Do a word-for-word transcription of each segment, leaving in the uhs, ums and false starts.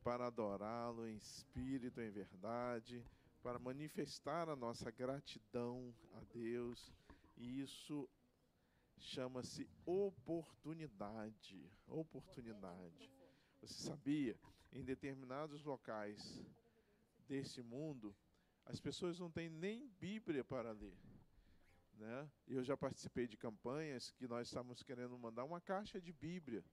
para adorá-lo em espírito e em verdade, para manifestar a nossa gratidão a Deus. E isso chama-se oportunidade. Oportunidade. Você sabia, em determinados locais desse mundo, as pessoas não têm nem Bíblia para ler, né? Eu já participei de campanhas que nós estávamos querendo mandar uma caixa de Bíblia.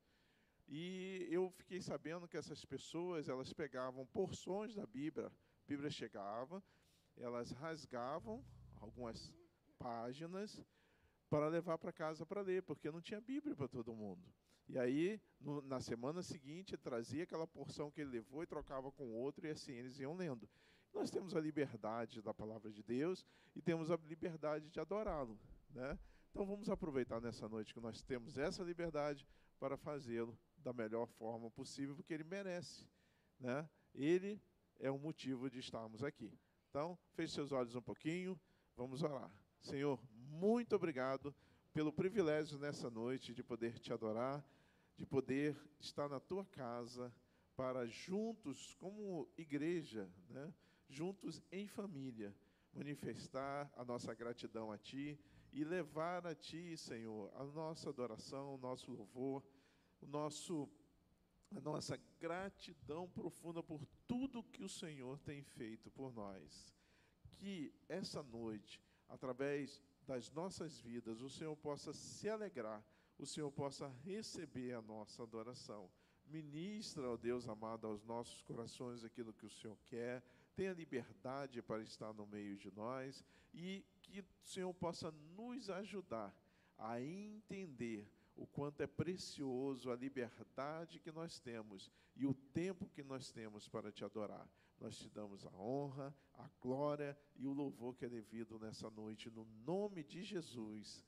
E eu fiquei sabendo que essas pessoas, elas pegavam porções da Bíblia, a Bíblia chegava, elas rasgavam algumas páginas para levar para casa para ler, porque não tinha Bíblia para todo mundo. E aí, no, na semana seguinte, trazia aquela porção que ele levou e trocava com outro, e assim eles iam lendo. Nós temos a liberdade da palavra de Deus e temos a liberdade de adorá-lo, né? Então vamos aproveitar nessa noite que nós temos essa liberdade para fazê-lo da melhor forma possível, porque ele merece, né? Ele é o motivo de estarmos aqui. Então, feche seus olhos um pouquinho, vamos orar. Senhor, muito obrigado pelo privilégio nessa noite de poder te adorar, de poder estar na tua casa, para juntos, como igreja, né, juntos em família, manifestar a nossa gratidão a Ti e levar a Ti, Senhor, a nossa adoração, o nosso louvor, o nosso, a nossa gratidão profunda por tudo que o Senhor tem feito por nós. Que essa noite, através das nossas vidas, o Senhor possa se alegrar, o Senhor possa receber a nossa adoração. Ministra, ó Deus amado, aos nossos corações aquilo que o Senhor quer, tenha liberdade para estar no meio de nós e que o Senhor possa nos ajudar a entender o quanto é precioso a liberdade que nós temos e o tempo que nós temos para te adorar. Nós te damos a honra, a glória e o louvor que é devido nessa noite, no nome de Jesus.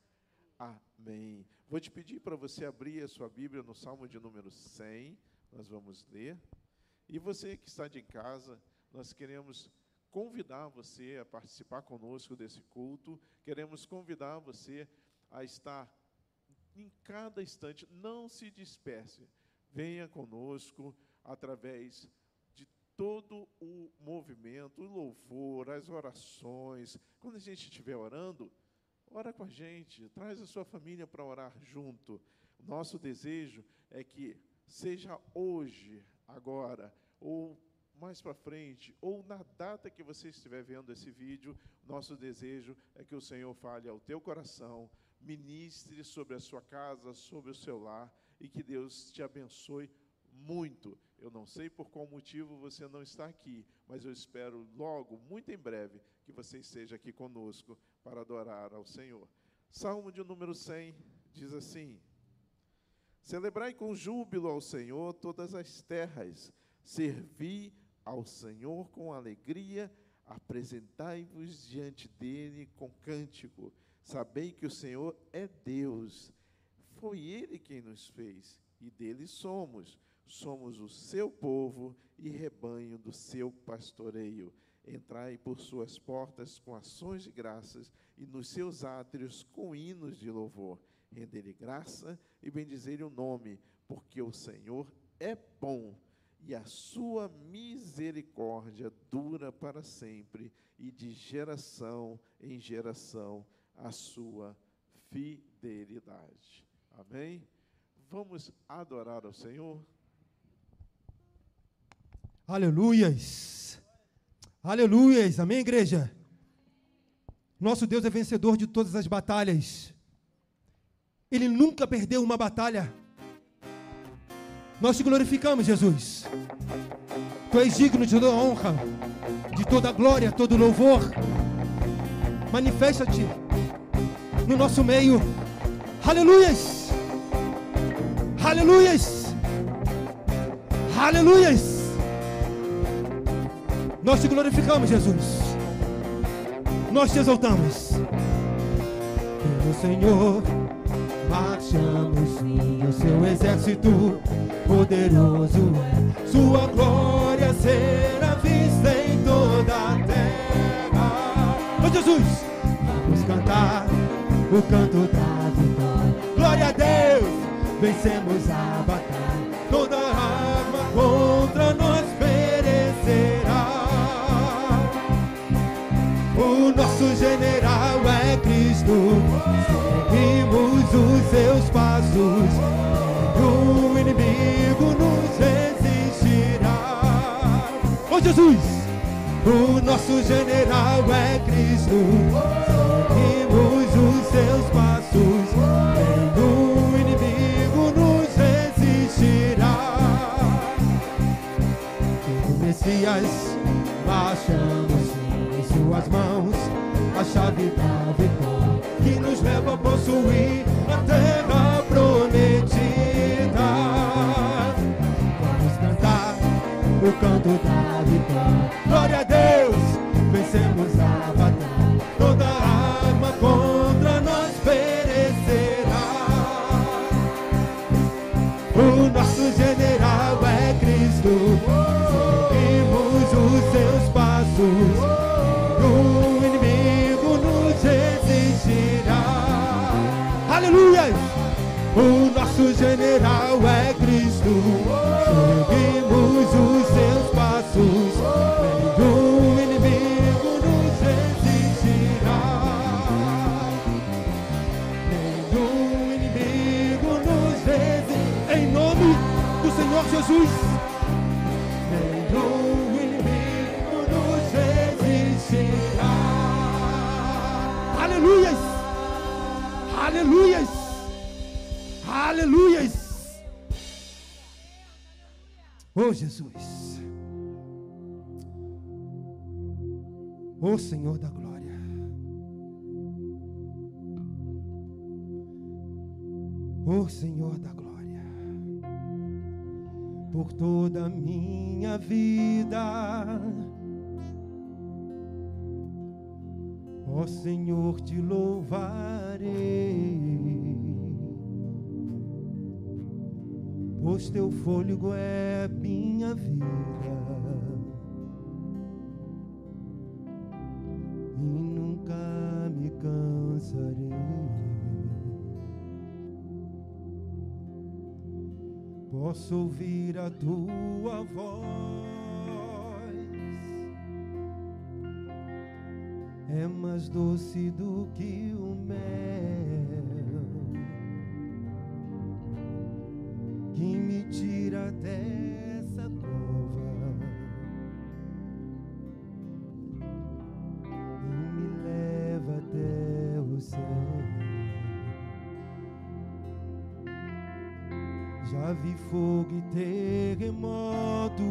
Amém. Vou te pedir para você abrir a sua Bíblia no Salmo de número cem, nós vamos ler. E você que está de casa, nós queremos convidar você a participar conosco desse culto, queremos convidar você a estar em cada instante, não se disperse, venha conosco através de todo o movimento, o louvor, as orações. Quando a gente estiver orando, ora com a gente, traz a sua família para orar junto. O nosso desejo é que seja hoje, agora, ou mais para frente, ou na data que você estiver vendo esse vídeo, nosso desejo é que o Senhor fale ao teu coração, ministre sobre a sua casa, sobre o seu lar, e que Deus te abençoe muito. Eu não sei por qual motivo você não está aqui, mas eu espero logo, muito em breve, que você esteja aqui conosco para adorar ao Senhor. Salmo de número cem diz assim: celebrai com júbilo ao Senhor todas as terras, servi ao Senhor com alegria, apresentai-vos diante dele com cântico. Sabei que o Senhor é Deus, foi Ele quem nos fez, e dele somos. Somos o seu povo e rebanho do seu pastoreio. Entrai por suas portas com ações de graças e nos seus átrios com hinos de louvor. Render-lhe graça e bendizer-lhe o nome, porque o Senhor é bom e a sua misericórdia dura para sempre, e de geração em geração a sua fidelidade. Amém? Vamos adorar ao Senhor? Aleluias, aleluias, amém, igreja? Nosso Deus é vencedor de todas as batalhas, Ele nunca perdeu uma batalha. Nós te glorificamos, Jesus. Tu és digno de toda a honra, de toda a glória, todo o louvor. Manifesta-te no nosso meio. Aleluias, aleluias, aleluias. Nós te glorificamos, Jesus. Nós te exaltamos. Pelo Senhor marchamos, sim, o seu exército poderoso é. Sua glória será vista em toda a terra. Oh, Jesus! Vamos cantar o canto da vitória. Glória a Deus! Vencemos a batalha. Toda arma contra nós O nosso general é Cristo, seguimos os seus passos, o inimigo nos resistirá. Ô Jesus, o nosso general é Cristo, seguimos os seus passos, nenhum inimigo nos resistirá. O Messias, marchamos em suas mãos, a chave da vitória que nos leva a possuir a terra prometida. Vamos cantar o canto da vitória. Glória a Deus, vencemos a batalha, toda arma contra nós perecerá. O nosso general é Cristo, seguimos os seus passos, o inimigo nos resistirá. Aleluia! O nosso general é Cristo, seguimos os seus passos, nenhum inimigo nos resistirá. Nenhum inimigo nos resistirá. Em nome do Senhor Jesus, nenhum inimigo nos resistirá. Aleluias! Aleluias! Aleluias! Oh Jesus, oh Senhor da glória, oh Senhor da glória, por toda a minha vida, ó Senhor, te louvarei, pois teu fôlego é minha vida, e nunca me cansarei. Posso ouvir a tua voz, é mais doce do que o mel, que me tira dessa cova e me leva até o céu. Já vi fogo e terremotos,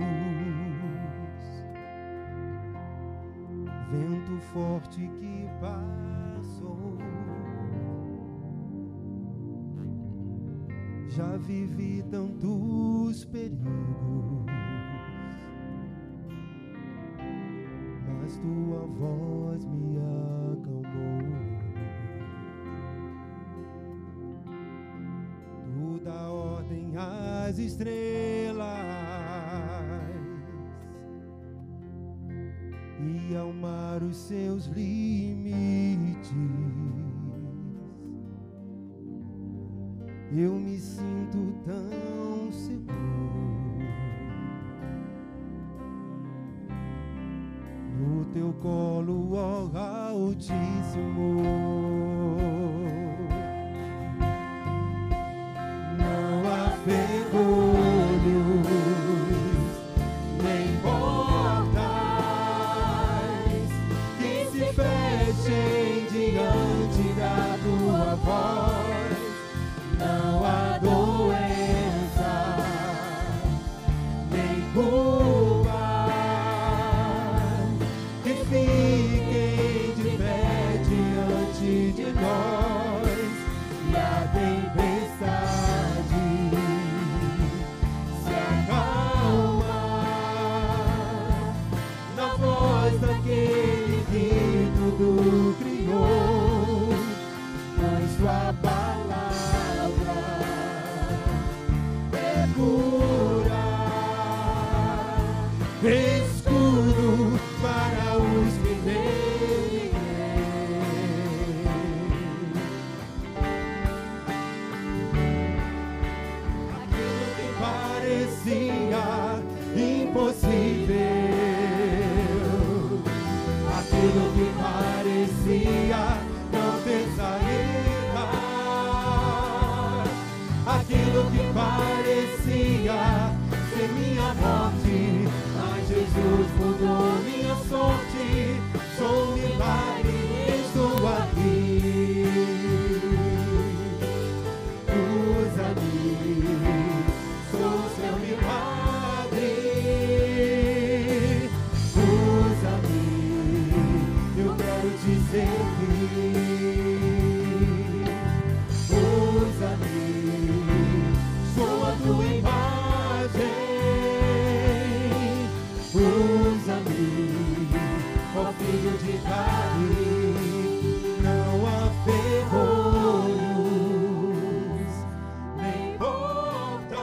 vento forte que passou. Já vivi tantos perigos, mas tua voz me acalmou. Tu dá ordem às estrelas e ao mar os seus limites. Eu me sinto tão seguro no teu colo, ó Altíssimo. Não há ferrolhos nem portais que se fechem diante da tua voz. Não há doença, nem culpa que fiquem de pé diante de nós. E a tempestade se acalma na voz daquele que tudo criou, pois tua palavra escudo para os que nele creem. Aquilo que parecia impossível, aquilo que parecia não ter saída, aquilo que parecia ser minha morte, mas Jesus mudou minha sorte. Sou um milagre, estou aqui. Usa-me, sou seu milagre. Usa-me, eu quero te servir. Usa-me, sou a tua imagem. Usa-me, ó filho de carne, não há ferrolhos nem portais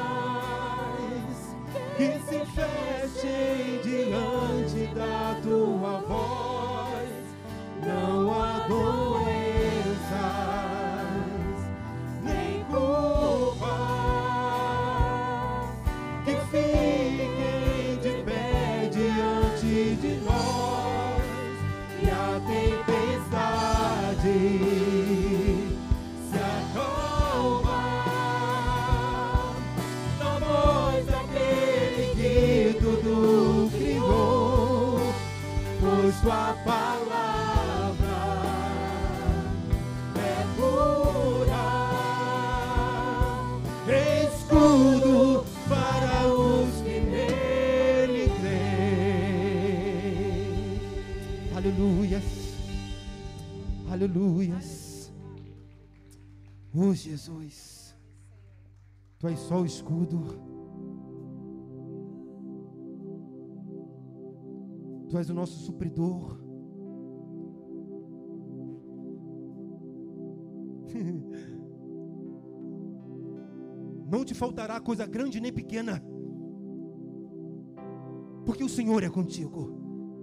que se fechem diante da tua voz. Não há doenças nem culpa que fiquem de pé diante de nós. E a tempestade se acalma na voz daquele que tudo criou, pois tua palavra é pura, escudo para os que nele creem. Aleluias, aleluias. Oh Jesus, tu és só o escudo, tu és o nosso supridor. Não te faltará coisa grande nem pequena, porque o Senhor é contigo.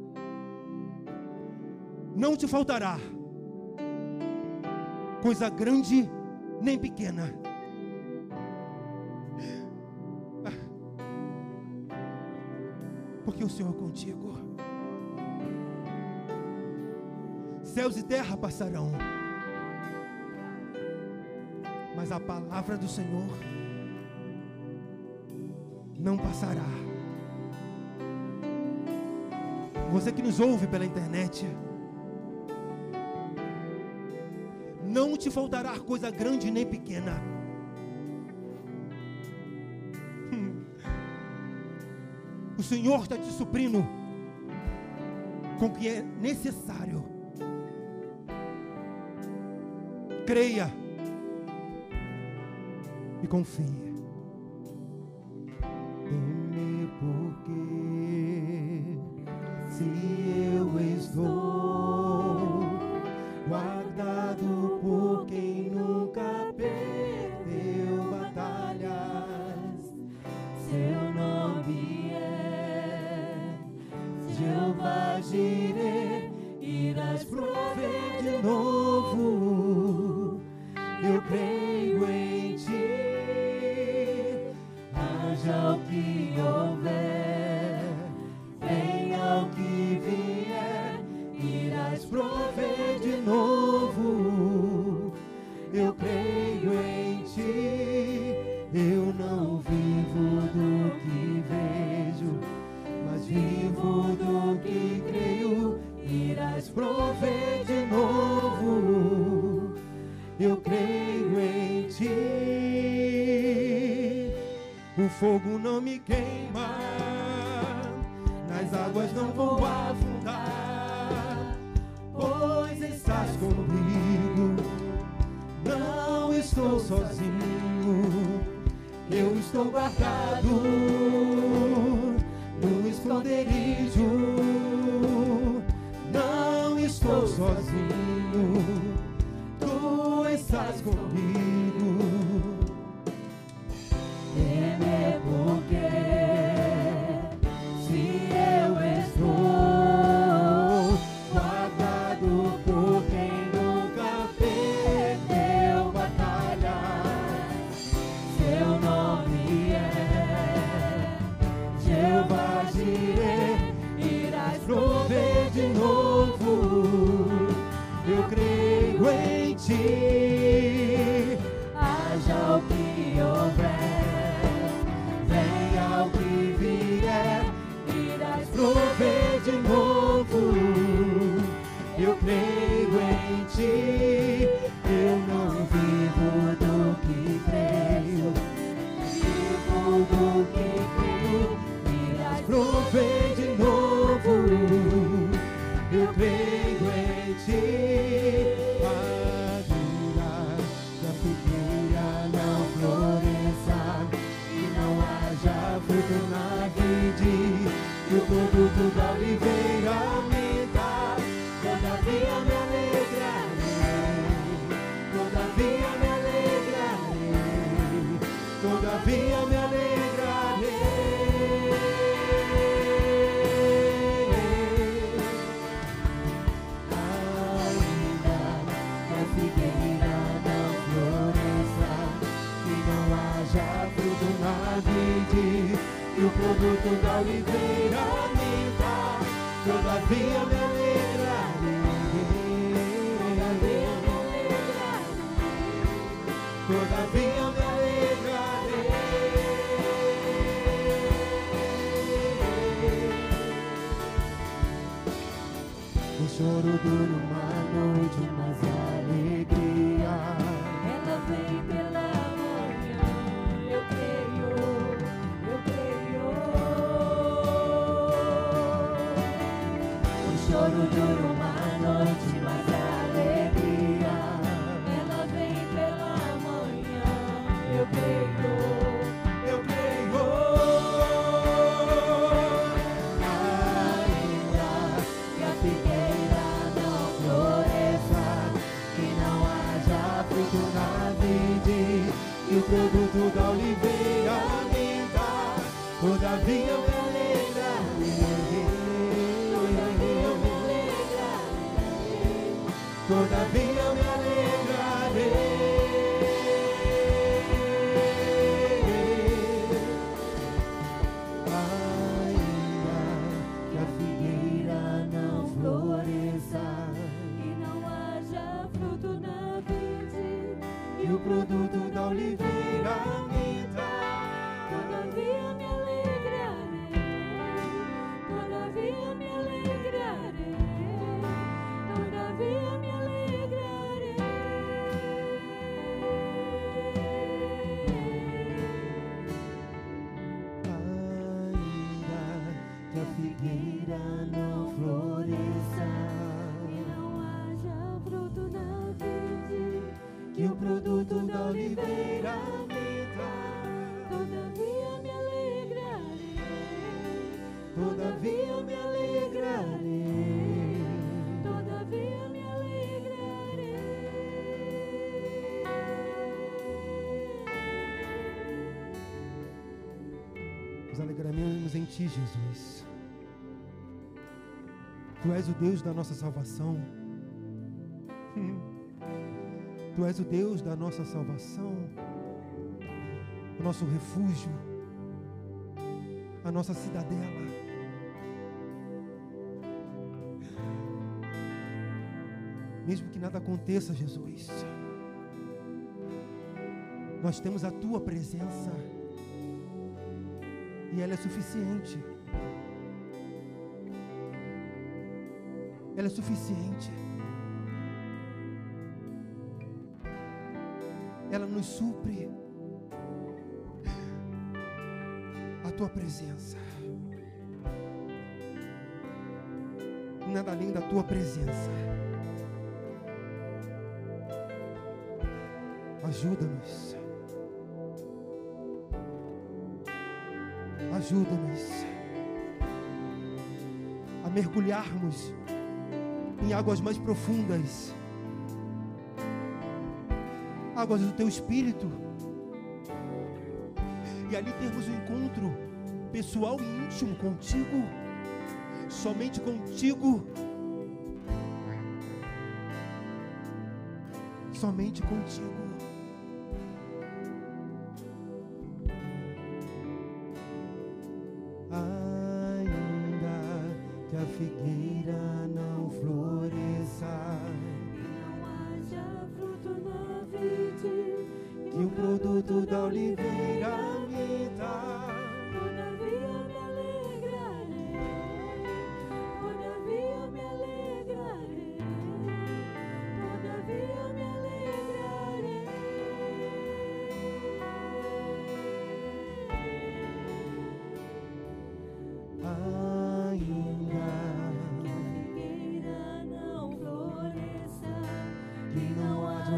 Não te faltará coisa grande nem pequena, porque o Senhor é contigo. Céus e terra passarão, mas a palavra do Senhor não passará. Você que nos ouve pela internet, não te faltará coisa grande nem pequena. Hum. O Senhor está te suprindo com o que é necessário. Creia e confie. Teme porque se eu estou guardado por quem nunca perdeu batalhas, seu nome é Jeová Jireh, irás prover de novo. Eu creio em ti, haja o que houver, venha o que vier, irás prover de novo. Eu creio em ti, eu não vivo do que vejo, mas vivo do que creio, irás prover de novo. Eu creio em ti. O fogo não me queima, nas águas não vou afundar, pois estás comigo. Não estou sozinho, eu estou guardado no esconderijo. Não estou sozinho, tu estás comigo. Teme porque se eu estou guardado por quem nunca perdeu batalha, seu nome é Jeová Jireh, irás prover de novo. eu creio em ti. Eu não vivo do que creio, vivo do que creio. Irás prover de novo. Eu creio em ti. Madura da figueira não floresça e não haja fruto na vide, e o produto da oliveira minta. Todavia me alegrarei, todavia me alegrarei, todavia me alegrarei. Ainda que a figueira não floresça e não haja fruto na vide, e o produto da oliveira minta, todavia me alegrarei, todavia me alegrarei, todavia me alegrarei. O choro dura uma noite, mas a alegria ela vem pela manhã. Eu creio, eu creio. O choro dura uma noite, mas a alegria ela vem pela manhã. Eu creio, eu creio. Ainda que a figueira não floresça e não haja fruto na vide, e o produto da oliveira minta, todavia me alegrarei, todavia me alegrarei, todavia me alegrarei. Ainda que a figueira não floresça e não haja fruto na vide, e o produto da oliveira minta, todavia me alegrarei, todavia me alegrarei, todavia me alegrarei. ainda que a figueira não floresça E não haja fruto na vide, que o produto da oliveira minta, todavia me alegrarei, todavia me alegrarei. todavia me alegrarei. Nos alegraremos em ti, Jesus. Tu és o Deus da nossa salvação. Tu és o Deus da nossa salvação, o nosso refúgio, a nossa cidadela. Mesmo que nada aconteça, Jesus, nós temos a tua presença e ela é suficiente. Ela é suficiente. Ela nos supre. A tua presença. Nada além da tua presença. Ajuda-nos. Ajuda-nos a mergulharmos em águas mais profundas, águas do teu Espírito, e ali termos um encontro pessoal e íntimo contigo, somente contigo, somente contigo. Ainda que a figueira não floresça E não haja fruto na vide, que o produto da oliveira minta, todavia me alegrarei, todavia me alegrarei,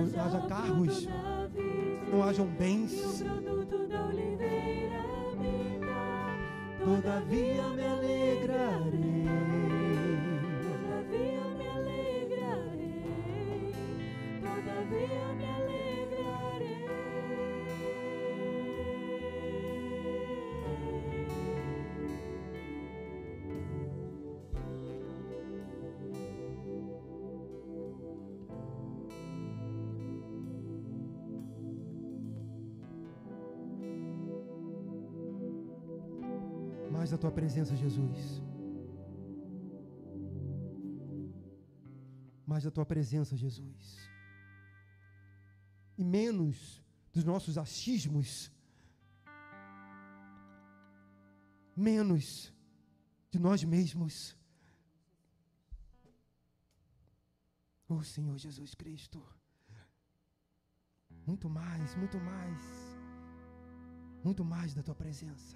não haja carros, não hajam bens. Todavia me alegrarei. Todavia me alegrarei. Todavia me alegrarei. Mais da tua presença, Jesus. Mais da tua presença, Jesus. E menos dos nossos achismos. Menos de nós mesmos. Oh, Senhor Jesus Cristo. Muito mais, muito mais. Muito mais da tua presença.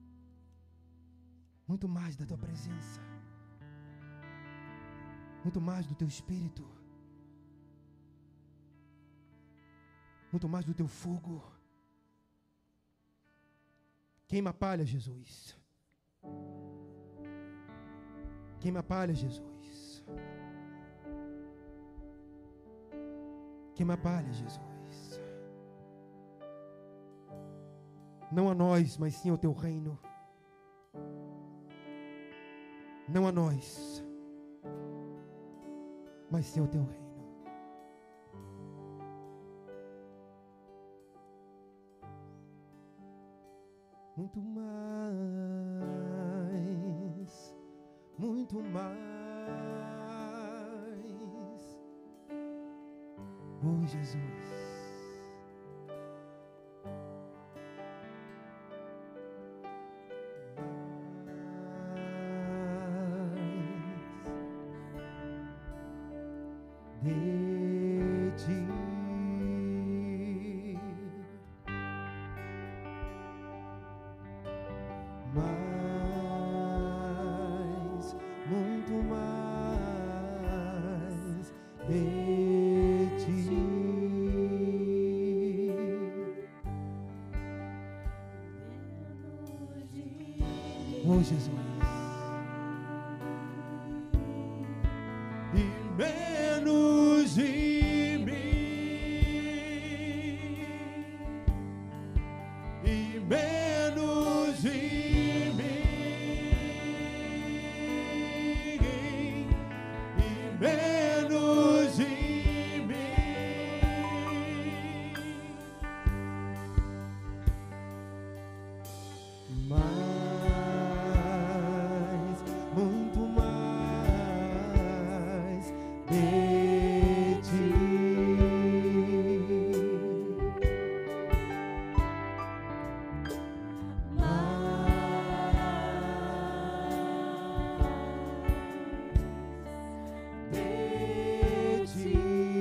Muito mais da tua presença. Muito mais do teu Espírito. Muito mais do teu fogo. Queima a palha, Jesus. Queima a palha, Jesus. Queima a palha, Jesus. Não a nós, mas sim ao teu reino. Não a nós, mas sim ao teu reino. Muito mais, muito mais. Oh, Jesus. De ti, mais, muito mais de ti, oh Jesus. Menos de mim e menos de mim e menos de mim, mais, muito mais de ti, mais de ti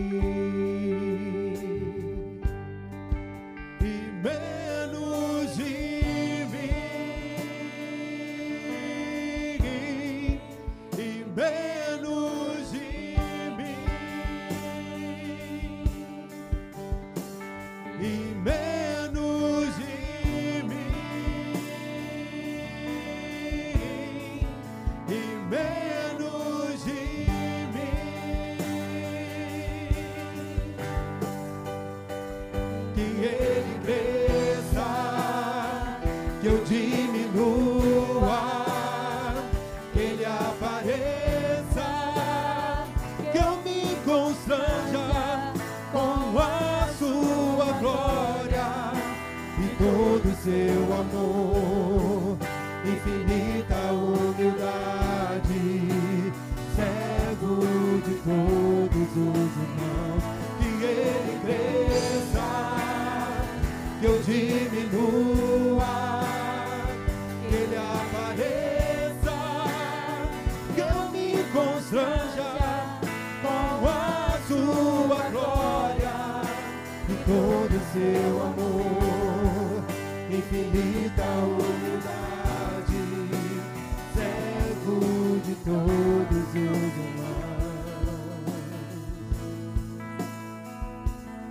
e menos de mim e menos de e menos de mim e menos de mim, que Ele cresça, que eu diminua, que Ele apareça, que eu me constranja com a sua glória e todo o seu amor, infinita humildade, cego de todos os irmãos, que Ele cresça, que eu diminua, que Ele apareça, que eu me constranja com a sua glória e todo o seu amor, infinita humildade, cego de todos os irmãos.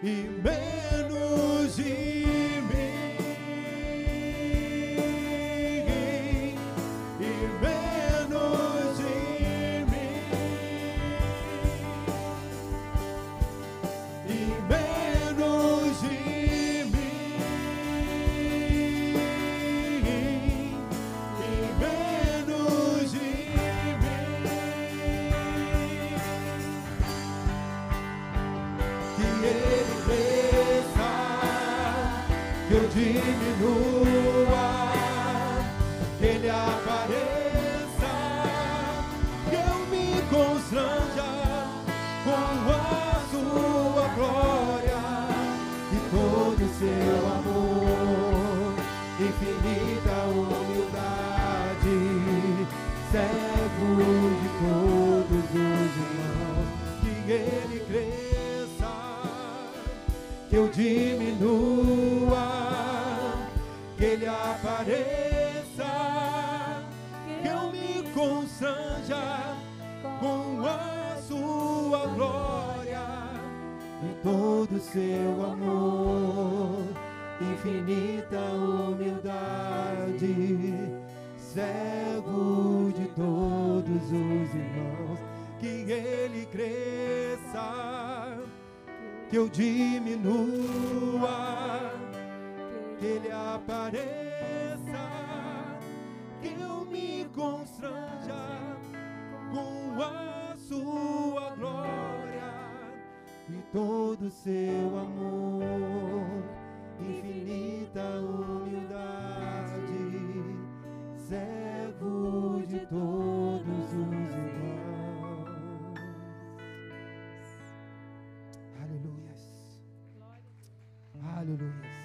e menos de mim, e menos de mim, e menos de mim, e menos de mim, que Ele cresça, que eu diminua, que Ele apareça, que eu me constranja com a sua glória e todo o seu amor, infinita humildade, cego de todos os irmãos, que Ele cresça, que eu diminua, que Ele apareça, que eu me constranja com a sua glória e todo o seu amor, infinita humildade, cego de todos os irmãos, que Ele cresça, que eu diminua, que Ele apareça, que eu me constranja com a sua glória e todo o seu amor, infinita humildade, cego de todos os irmãos. Aleluias. Aleluias.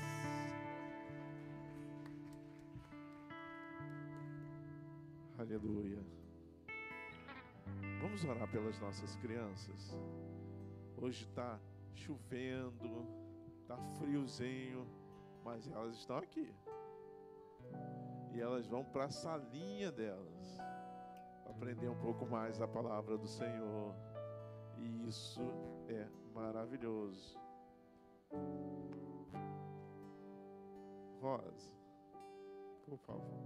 Aleluia. Vamos orar pelas nossas crianças. Hoje está chovendo, está friozinho, mas elas estão aqui. E elas vão para a salinha delas, para aprender um pouco mais a palavra do Senhor. E isso é maravilhoso. Rosa, por favor.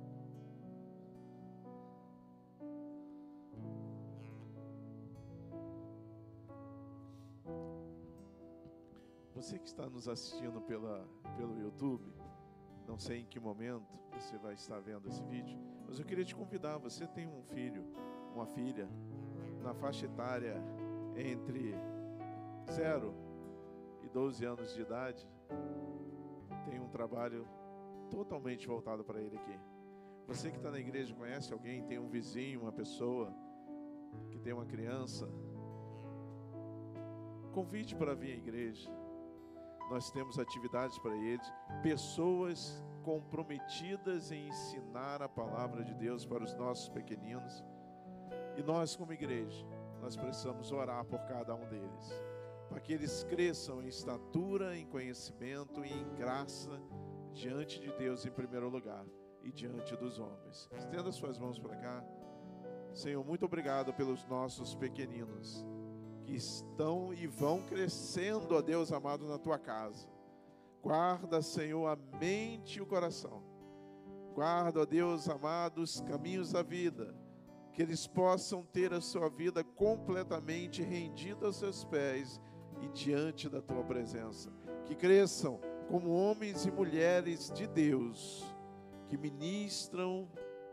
Você que está nos assistindo pela, pelo YouTube, não sei em que momento você vai estar vendo esse vídeo, mas eu queria te convidar. Você tem um filho, uma filha, na faixa etária entre zero e doze anos de idade, tem um trabalho totalmente voltado para ele aqui. Você que está na igreja, conhece alguém, tem um vizinho, uma pessoa que tem uma criança, convide para vir à igreja. Nós temos atividades para eles, pessoas comprometidas em ensinar a palavra de Deus para os nossos pequeninos. E nós, como igreja, nós precisamos orar por cada um deles, para que eles cresçam em estatura, em conhecimento e em graça diante de Deus em primeiro lugar e diante dos homens. Estenda suas mãos para cá. Senhor, muito obrigado pelos nossos pequeninos que estão e vão crescendo, ó Deus amado, na tua casa. Guarda, Senhor, a mente e o coração. Guarda, ó Deus amado, os caminhos da vida, que eles possam ter a sua vida completamente rendida aos seus pés e diante da tua presença. Que cresçam como homens e mulheres de Deus, que ministram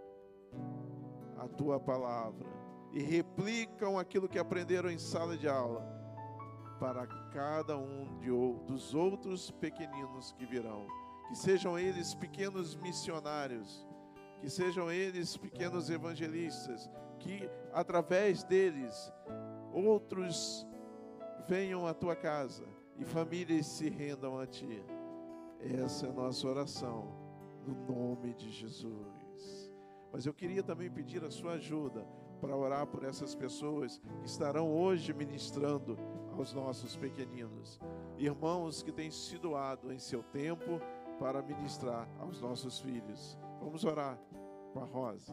a tua palavra e replicam aquilo que aprenderam em sala de aula para cada um de, dos outros pequeninos que virão. Que sejam eles pequenos missionários, que sejam eles pequenos evangelistas, que através deles outros venham à tua casa e famílias se rendam a ti. Essa é a nossa oração, no nome de Jesus. Mas eu queria também pedir a sua ajuda para orar por essas pessoas que estarão hoje ministrando aos nossos pequeninos. Irmãos que têm se doado em seu tempo para ministrar aos nossos filhos. Vamos orar com a Rosa.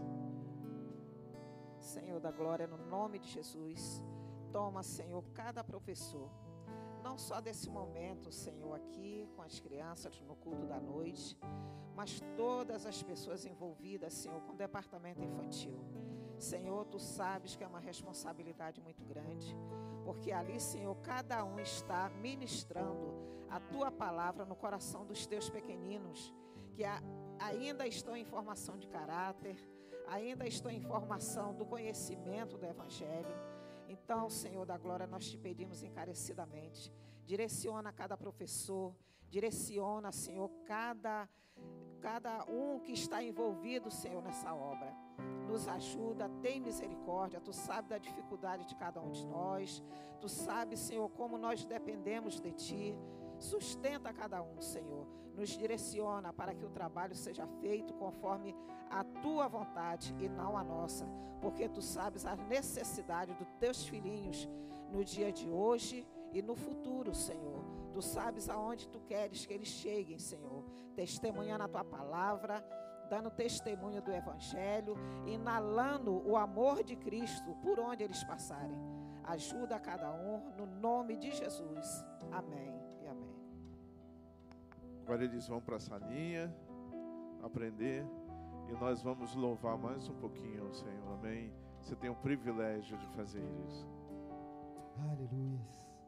Senhor da glória, no nome de Jesus, toma, Senhor, cada professor. não só desse momento, Senhor, aqui com as crianças no culto da noite, mas todas as pessoas envolvidas, Senhor, com o departamento infantil. Senhor, Tu sabes que é uma responsabilidade muito grande, porque ali, Senhor, cada um está ministrando a Tua palavra no coração dos Teus pequeninos, que a, ainda estão em formação de caráter, ainda estão em formação do conhecimento do Evangelho. Então, Senhor da glória, nós Te pedimos encarecidamente, direciona cada professor, direciona, Senhor, cada, cada um que está envolvido, Senhor, nessa obra. Nos ajuda, tem misericórdia. Tu sabes da dificuldade de cada um de nós. Tu sabes, Senhor, como nós dependemos de Ti. Sustenta cada um, Senhor. Nos direciona para que o trabalho seja feito conforme a Tua vontade e não a nossa. Porque Tu sabes a necessidade dos Teus filhinhos no dia de hoje e no futuro, Senhor. Tu sabes aonde Tu queres que eles cheguem, Senhor. Testemunhando a Tua palavra, dando testemunho do Evangelho, inalando o amor de Cristo por onde eles passarem. Ajuda a cada um, no nome de Jesus. Amém e amém. Agora eles vão para a salinha aprender e nós vamos louvar mais um pouquinho ao Senhor. Amém? Você tem o privilégio de fazer isso. Aleluia.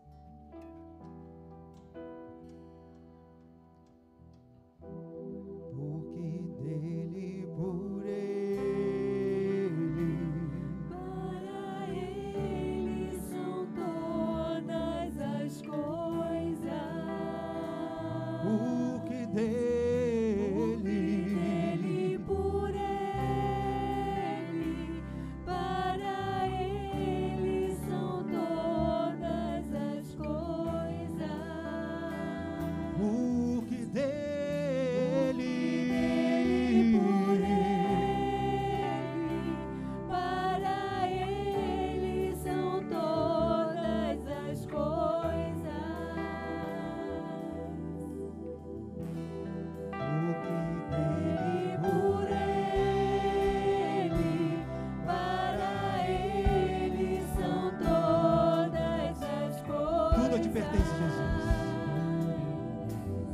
Porque dele, por ele, Para Ele são todas as coisas. porque dele, Dele, por Ele, para Ele são todas as coisas. porque dele, Por Ele, para Ele são todas as coisas. porque E por Ele, para Ele são todas as coisas. tudo te pertence, Jesus.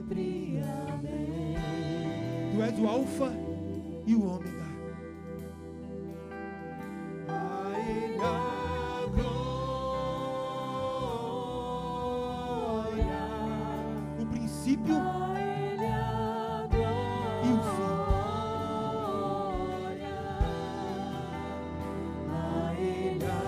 sempre. Amém. Tu és o Alfa e o Ômega. A Ele a glória, o princípio A Ele a e o fim. glória. A Ele a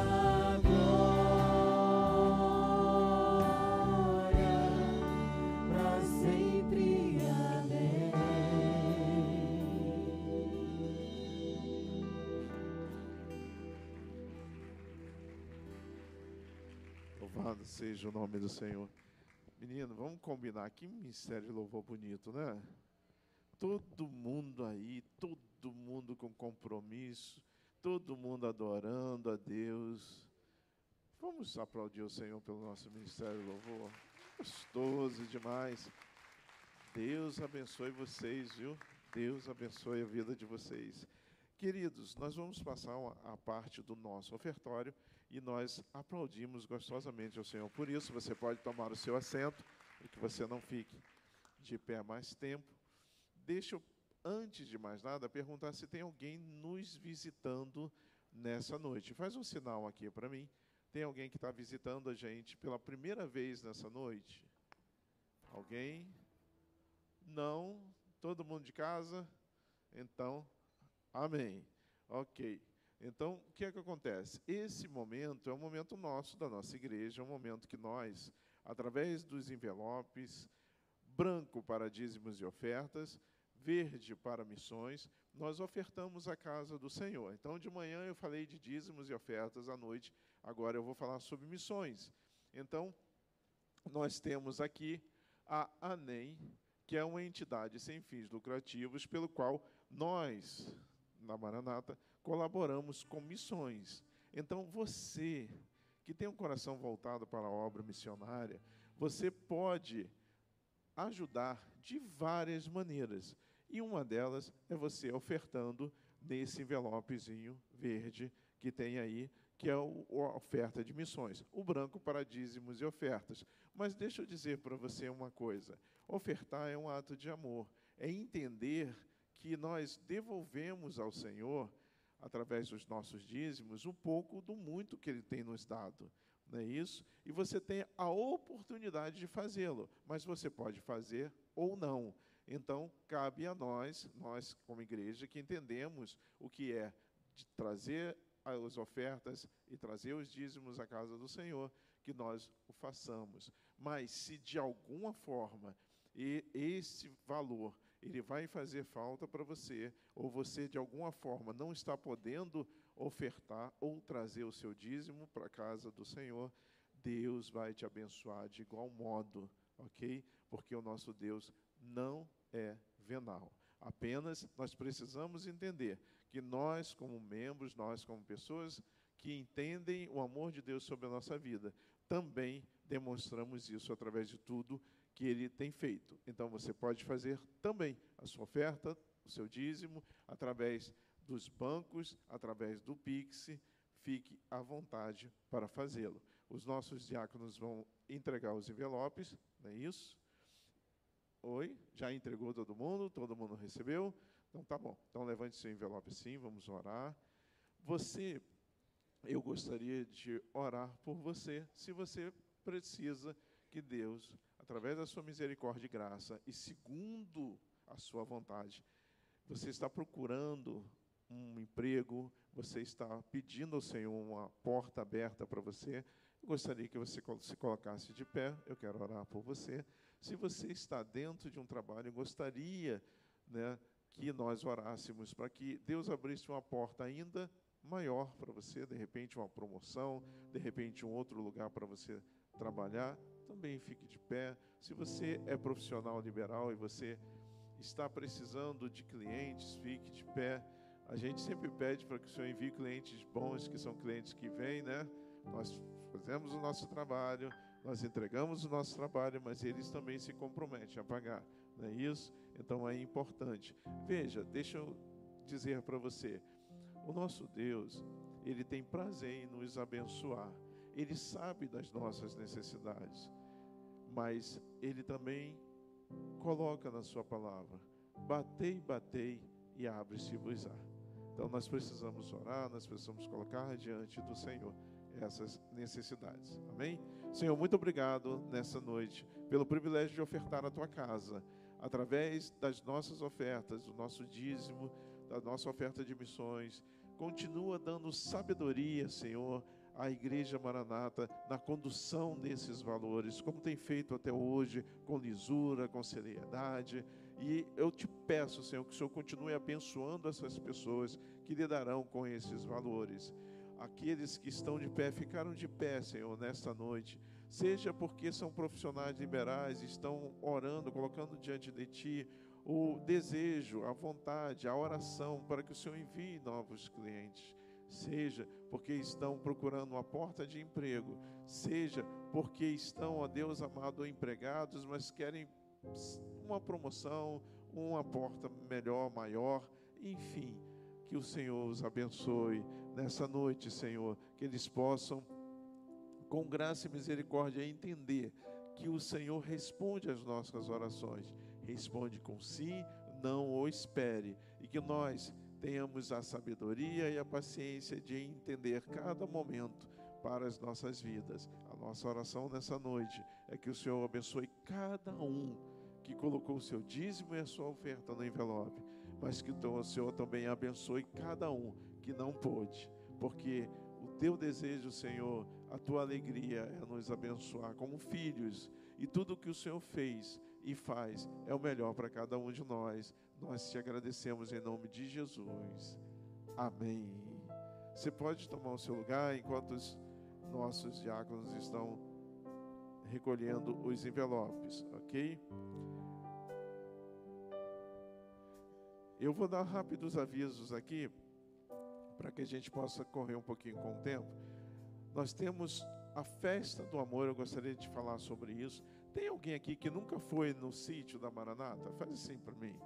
glória. Pra sempre. Amém. Louvado seja o nome do Senhor. Menino, vamos combinar. Que ministério de louvor bonito, né? Todo mundo aí, todo mundo com compromisso, todo mundo adorando a Deus. Vamos aplaudir o Senhor pelo nosso ministério de louvor. Gostoso demais. Deus abençoe vocês, viu? Deus abençoe a vida de vocês. Queridos, nós vamos passar uma- a parte do nosso ofertório e nós aplaudimos gostosamente ao Senhor. Por isso, você pode tomar o seu assento, para que você não fique de pé mais tempo. Deixa eu, antes de mais nada, perguntar se tem alguém nos visitando nessa noite. Faz um sinal aqui para mim. Tem alguém que está visitando a gente pela primeira vez nessa noite? Alguém? Não? Todo mundo de casa? Então, amém. Ok. Então, o que é que acontece? Esse momento é um momento nosso, da nossa igreja, é um momento que nós, através dos envelopes, branco para dízimos e ofertas, verde para missões, nós ofertamos a casa do Senhor. Então, de manhã eu falei de dízimos e ofertas, à noite, agora eu vou falar sobre missões. Então, nós temos aqui a ANEM, que é uma entidade sem fins lucrativos, pelo qual nós, na Maranata, colaboramos com missões. Então, você que tem um coração voltado para a obra missionária, você pode ajudar de várias maneiras. E uma delas é você ofertando nesse envelopezinho verde que tem aí, que é o, a oferta de missões. O branco para dízimos e ofertas. Mas deixa eu dizer para você uma coisa. Ofertar é um ato de amor. É entender que nós devolvemos ao Senhor, através dos nossos dízimos, um pouco do muito que Ele tem nos dado. Não é isso? E você tem a oportunidade de fazê-lo, mas você pode fazer ou não. Então, cabe a nós, nós como igreja, que entendemos o que é de trazer as ofertas e trazer os dízimos à casa do Senhor, que nós o façamos. Mas se de alguma forma e esse valor ele vai fazer falta para você, ou você de alguma forma não está podendo ofertar ou trazer o seu dízimo para a casa do Senhor, Deus vai te abençoar de igual modo, ok? Porque o nosso Deus não é venal. Apenas nós precisamos entender que nós, como membros, nós como pessoas que entendem o amor de Deus sobre a nossa vida, também demonstramos isso através de tudo que Ele tem feito. Então, você pode fazer também a sua oferta, o seu dízimo, através dos bancos, através do Pix. Fique à vontade para fazê-lo. Os nossos diáconos vão entregar os envelopes, não é isso? Oi? Já entregou todo mundo? Todo mundo recebeu? Então, tá bom. Então, levante seu envelope assim, vamos orar. Você, eu gostaria de orar por você, se você precisa que Deus, através da sua misericórdia e graça, e segundo a sua vontade, você está procurando um emprego, você está pedindo ao Senhor uma porta aberta para você, eu gostaria que você se colocasse de pé, eu quero orar por você. Se você está dentro de um trabalho, eu gostaria, né, que nós orássemos para que Deus abrisse uma porta ainda maior para você, de repente uma promoção, de repente um outro lugar para você trabalhar. Também fique de pé. Se você é profissional liberal e você está precisando de clientes, fique de pé. A gente sempre pede para que o Senhor envie clientes bons, que são clientes que vêm, né? Nós fazemos o nosso trabalho, nós entregamos o nosso trabalho, mas eles também se comprometem a pagar, não é isso? Então é importante. Veja, deixa eu dizer para você, o nosso Deus, Ele tem prazer em nos abençoar. Ele sabe das nossas necessidades, mas Ele também coloca na sua palavra: batei, batei e abre-se-vos-á. Então nós precisamos orar, nós precisamos colocar diante do Senhor essas necessidades. Amém? Senhor, muito obrigado nessa noite pelo privilégio de ofertar a tua casa, através das nossas ofertas, do nosso dízimo, da nossa oferta de missões. Continua dando sabedoria, Senhor, à Igreja Maranata na condução desses valores, como tem feito até hoje, com lisura, com seriedade. E eu te peço, Senhor, que o Senhor continue abençoando essas pessoas que lidarão com esses valores. Aqueles que estão de pé, ficaram de pé, Senhor, nesta noite, seja porque são profissionais liberais, estão orando, colocando diante de Ti o desejo, a vontade, a oração para que o Senhor envie novos clientes, seja porque estão procurando uma porta de emprego, seja porque estão, ó Deus amado, empregados, mas querem uma promoção, uma porta melhor, maior, enfim, que o Senhor os abençoe nessa noite, Senhor, que eles possam, com graça e misericórdia, entender que o Senhor responde às nossas orações, responde com sim, não ou espere, e que nós tenhamos a sabedoria e a paciência de entender cada momento para as nossas vidas. A nossa oração nessa noite é que o Senhor abençoe cada um que colocou o seu dízimo e a sua oferta no envelope, mas que o Senhor também abençoe cada um que não pôde, porque o teu desejo, Senhor, a tua alegria é nos abençoar como filhos, e tudo que o Senhor fez e faz é o melhor para cada um de nós. Nós te agradecemos em nome de Jesus. Amém. Você pode tomar o seu lugar enquanto os nossos diáconos estão recolhendo os envelopes, ok? Eu vou dar rápidos avisos aqui, para que a gente possa correr um pouquinho com o tempo. Nós temos a festa do amor, eu gostaria de falar sobre isso. Tem alguém aqui que nunca foi no sítio da Maranata? Faz assim para mim.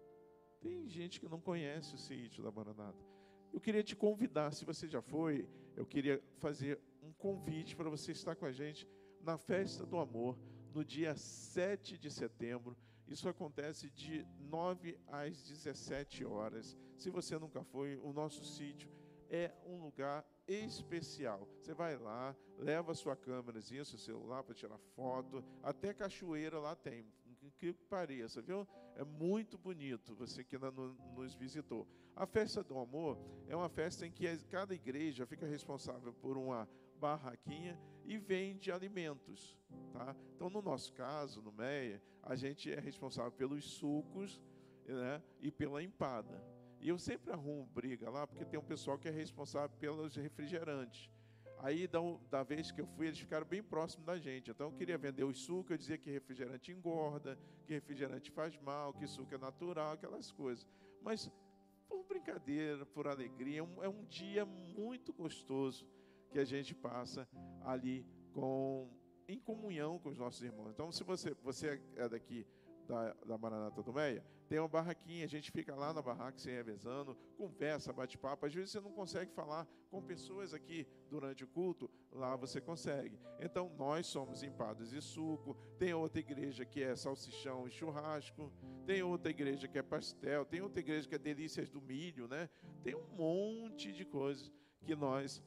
Tem gente que não conhece o sítio da Maranata. Eu queria te convidar, se você já foi, eu queria fazer um convite para você estar com a gente na festa do amor, no dia sete de setembro. Isso acontece de nove às dezessete horas. Se você nunca foi, o nosso sítio é um lugar especial. Você vai lá, leva a sua câmerazinha, seu celular para tirar foto, até cachoeira lá tem, que pareça, viu? É muito bonito, você que ainda não nos visitou. A festa do amor é uma festa em que cada igreja fica responsável por uma barraquinha e vende alimentos, tá? Então, no nosso caso, no Meia, a gente é responsável pelos sucos, né, e pela empada. E eu sempre arrumo briga lá, porque tem um pessoal que é responsável pelos refrigerantes. Aí, da, da vez que eu fui, eles ficaram bem próximos da gente. Então, eu queria vender o suco, eu dizia que refrigerante engorda, que refrigerante faz mal, que suco é natural, aquelas coisas. Mas, por brincadeira, por alegria, é um, é um dia muito gostoso que a gente passa ali com, em comunhão com os nossos irmãos. Então, se você, você é daqui da, da Maranata do Meia, tem uma barraquinha, a gente fica lá na barraca se revezando, conversa, bate papo. Às vezes você não consegue falar com pessoas aqui durante o culto, lá você consegue. Então, nós somos empadas e suco, tem outra igreja que é salsichão e churrasco, tem outra igreja que é pastel, tem outra igreja que é delícias do milho, né? Tem um monte de coisas que nós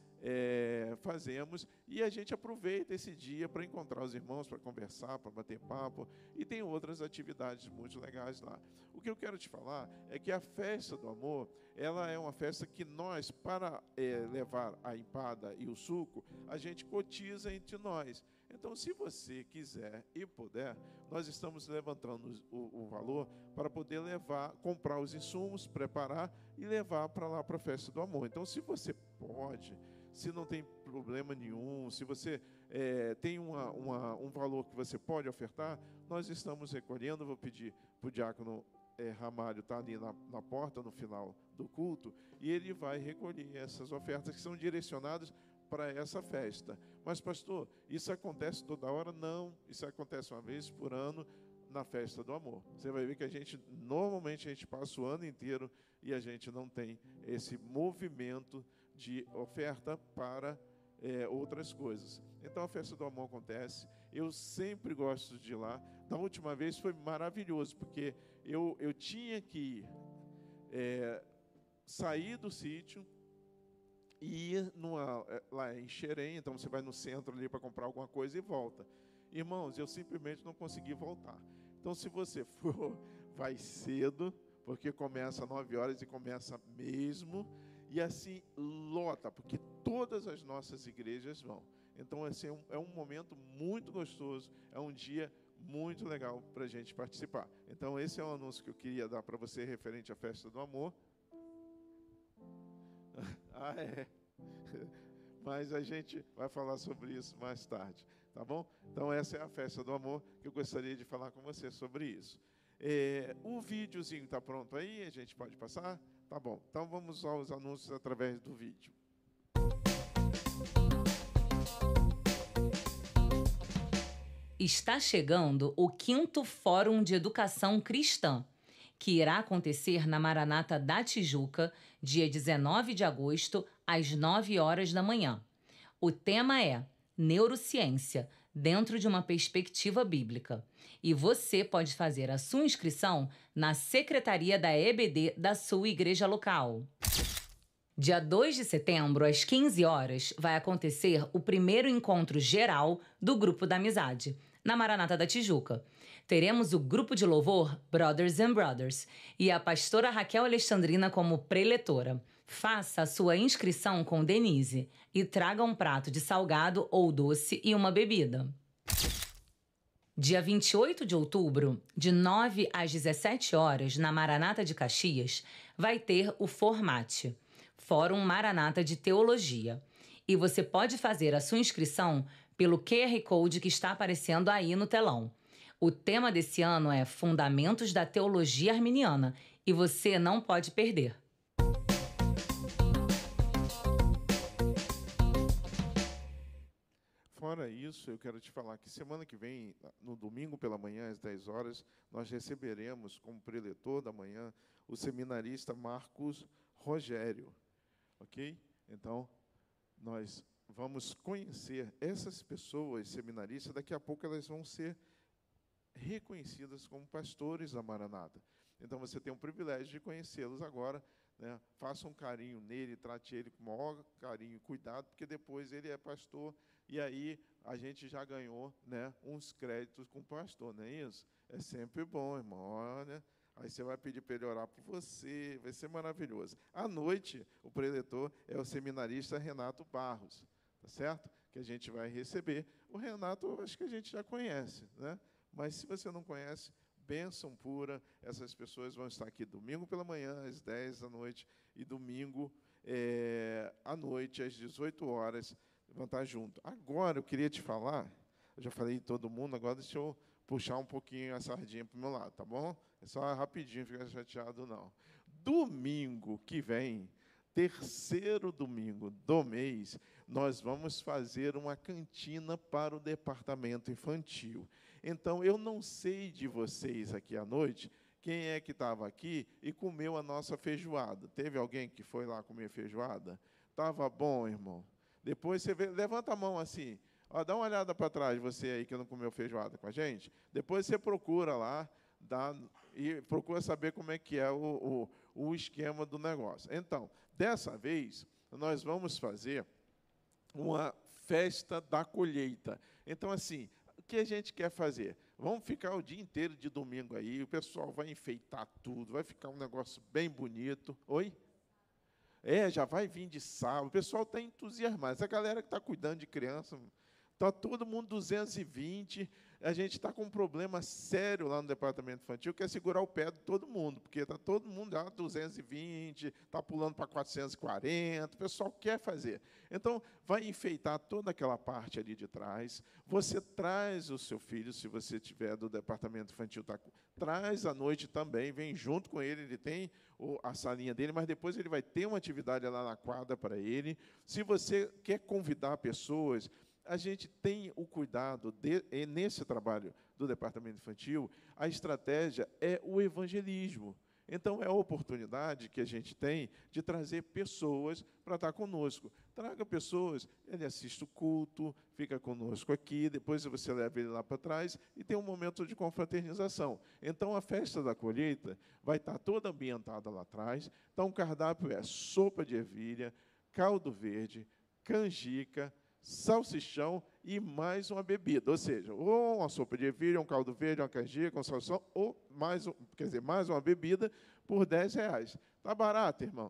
É, fazemos, e a gente aproveita esse dia para encontrar os irmãos, para conversar, para bater papo, e tem outras atividades muito legais lá. O que eu quero te falar é que a festa do amor, ela é uma festa que nós, para é, levar a empada e o suco, a gente cotiza entre nós. Então, se você quiser e puder, nós estamos levantando o, o valor para poder levar, comprar os insumos, preparar e levar para lá para a festa do amor. Então, se você pode, se não tem problema nenhum, se você é, tem uma, uma, um valor que você pode ofertar, nós estamos recolhendo. Vou pedir para o diácono é, Ramalho estar ali na, na porta no final do culto, e ele vai recolher essas ofertas que são direcionadas para essa festa. Mas, pastor, isso acontece toda hora? Não, isso acontece uma vez por ano na festa do amor. Você vai ver que a gente, normalmente, a gente passa o ano inteiro e a gente não tem esse movimento de oferta para é, outras coisas. Então, a festa do amor acontece. Eu sempre gosto de ir lá. Da última vez foi maravilhoso, porque eu, eu tinha que é, sair do sítio e ir numa, lá em Xerém, então você vai no centro ali para comprar alguma coisa e volta. Irmãos, eu simplesmente não consegui voltar. Então, se você for, vai cedo, porque começa às nove horas e começa mesmo, e assim lota, porque todas as nossas igrejas vão. Então, assim, é um, é um momento muito gostoso, é um dia muito legal para a gente participar. Então, esse é um anúncio que eu queria dar para você referente à Festa do Amor. Ah, é. Mas a gente vai falar sobre isso mais tarde, tá bom? Então, essa é a Festa do Amor que eu gostaria de falar com você sobre isso. É, o videozinho está pronto aí? A gente pode passar? Tá bom. Então, vamos aos anúncios através do vídeo. Está chegando o quinto Fórum de Educação Cristã, que irá acontecer na Maranata da Tijuca, dia dezenove de agosto, às nove horas da manhã. O tema é Neurociência, dentro de uma perspectiva bíblica. E você pode fazer a sua inscrição na secretaria da E B D da sua igreja local. Dia dois de setembro, às quinze horas, vai acontecer o primeiro encontro geral do Grupo da Amizade, na Maranata da Tijuca. Teremos o grupo de louvor Brothers and Brothers e a pastora Raquel Alexandrina como preletora. Faça a sua inscrição com Denise e traga um prato de salgado ou doce e uma bebida. Dia vinte e oito de outubro, de nove às dezessete horas, na Maranata de Caxias, vai ter o Formate, Fórum Maranata de Teologia. E você pode fazer a sua inscrição pelo Q R Code que está aparecendo aí no telão. O tema desse ano é Fundamentos da Teologia Arminiana e você não pode perder. Fora isso, eu quero te falar que semana que vem, no domingo pela manhã, às dez horas, nós receberemos como preletor da manhã o seminarista Marcos Rogério. Ok? Então, nós vamos conhecer essas pessoas seminaristas, daqui a pouco elas vão ser reconhecidas como pastores da Maranata. Então, você tem o privilégio de conhecê-los agora, né? Faça um carinho nele, trate ele com o maior carinho e cuidado, porque depois ele é pastor, e aí a gente já ganhou, né, uns créditos com o pastor, não é isso? É sempre bom, irmão, olha. Aí você vai pedir para ele orar por você, vai ser maravilhoso. À noite, o preletor é o seminarista Renato Barros, tá certo? Que a gente vai receber. O Renato, acho que a gente já conhece, né? Mas se você não conhece, bênção pura, essas pessoas vão estar aqui domingo pela manhã, às dez da noite, e domingo é, à noite, às dezoito horas, vão estar juntos. Agora, eu queria te falar, eu já falei de todo mundo, agora deixa eu puxar um pouquinho a sardinha para o meu lado, tá bom? É só rapidinho, fica chateado, não. Domingo que vem, terceiro domingo do mês, nós vamos fazer uma cantina para o departamento infantil. Então, eu não sei de vocês aqui à noite, quem é que estava aqui e comeu a nossa feijoada. Teve alguém que foi lá comer feijoada? Estava bom, irmão? Depois você vê, levanta a mão assim, ó, dá uma olhada para trás, você aí que não comeu feijoada com a gente. Depois você procura lá, dá, e procura saber como é que é o, o, o esquema do negócio. Então, dessa vez, nós vamos fazer uma festa da colheita. Então, assim, o que a gente quer fazer? Vamos ficar o dia inteiro de domingo aí, o pessoal vai enfeitar tudo, vai ficar um negócio bem bonito. Oi? É, já vai vir de sábado, o pessoal está entusiasmado. Essa galera que está cuidando de criança, está todo mundo duzentos e vinte, a gente está com um problema sério lá no departamento infantil, que é segurar o pé de todo mundo, porque está todo mundo lá duzentos e vinte, está pulando para quatrocentos e quarenta, o pessoal quer fazer. Então, vai enfeitar toda aquela parte ali de trás, você traz o seu filho, se você tiver do departamento infantil, tá, traz à noite também, vem junto com ele, ele tem o, a salinha dele, mas depois ele vai ter uma atividade lá na quadra para ele. Se você quer convidar pessoas, a gente tem o cuidado, de, nesse trabalho do departamento infantil, a estratégia é o evangelismo. Então, é a oportunidade que a gente tem de trazer pessoas para estar conosco. Traga pessoas, ele assiste o culto, fica conosco aqui, depois você leva ele lá para trás e tem um momento de confraternização. Então, a festa da colheita vai estar toda ambientada lá atrás. Então, o cardápio é sopa de ervilha, caldo verde, canjica, salsichão e mais uma bebida, ou seja, ou uma sopa de ervilha, um caldo verde, uma canjica, um salsichão, ou mais, um, quer dizer, mais uma bebida por dez reais. Tá barato, irmão?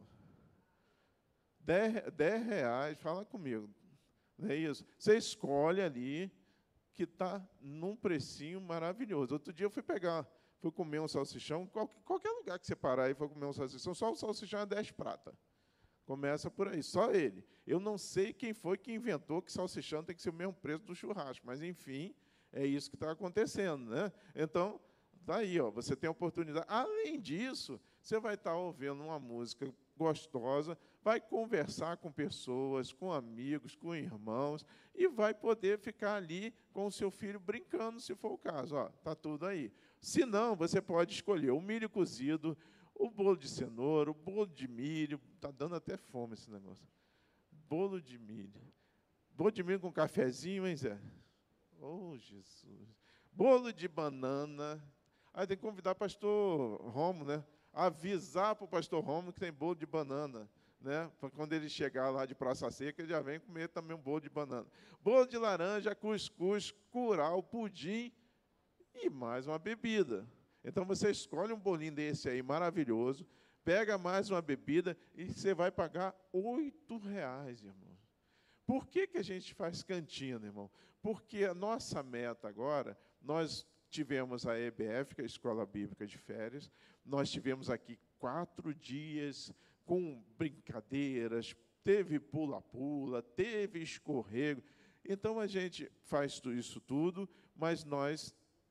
dez reais, fala comigo, não é isso? Você escolhe ali que está num precinho maravilhoso. Outro dia eu fui pegar, fui comer um salsichão, qualquer, qualquer lugar que você parar aí for comer um salsichão, só o salsichão é dez prata. Começa por aí, só ele. Eu não sei quem foi que inventou que salsichão tem que ser o mesmo preço do churrasco, mas, enfim, é isso que está acontecendo, né? Então, está aí, ó, você tem a oportunidade. Além disso, você vai estar ouvindo uma música gostosa, vai conversar com pessoas, com amigos, com irmãos, e vai poder ficar ali com o seu filho brincando, se for o caso. Está tudo aí. Se não, você pode escolher o milho cozido, o bolo de cenoura, o bolo de milho, está dando até fome esse negócio. Bolo de milho. Bolo de milho com cafezinho, hein, Zé? Oh, Jesus. Bolo de banana. Aí tem que convidar o pastor Romo, né? Avisar para o pastor Romo que tem bolo de banana, né? Para quando ele chegar lá de Praça Seca, ele já vem comer também um bolo de banana. Bolo de laranja, cuscuz, curau, pudim e mais uma bebida. Então, você escolhe um bolinho desse aí, maravilhoso, pega mais uma bebida e você vai pagar oito reais, irmão. Por que que a gente faz cantina, irmão? Porque a nossa meta agora, nós tivemos a E B F, que é a Escola Bíblica de Férias, nós tivemos aqui quatro dias com brincadeiras, teve pula-pula, teve escorrego. Então, a gente faz isso tudo, mas nós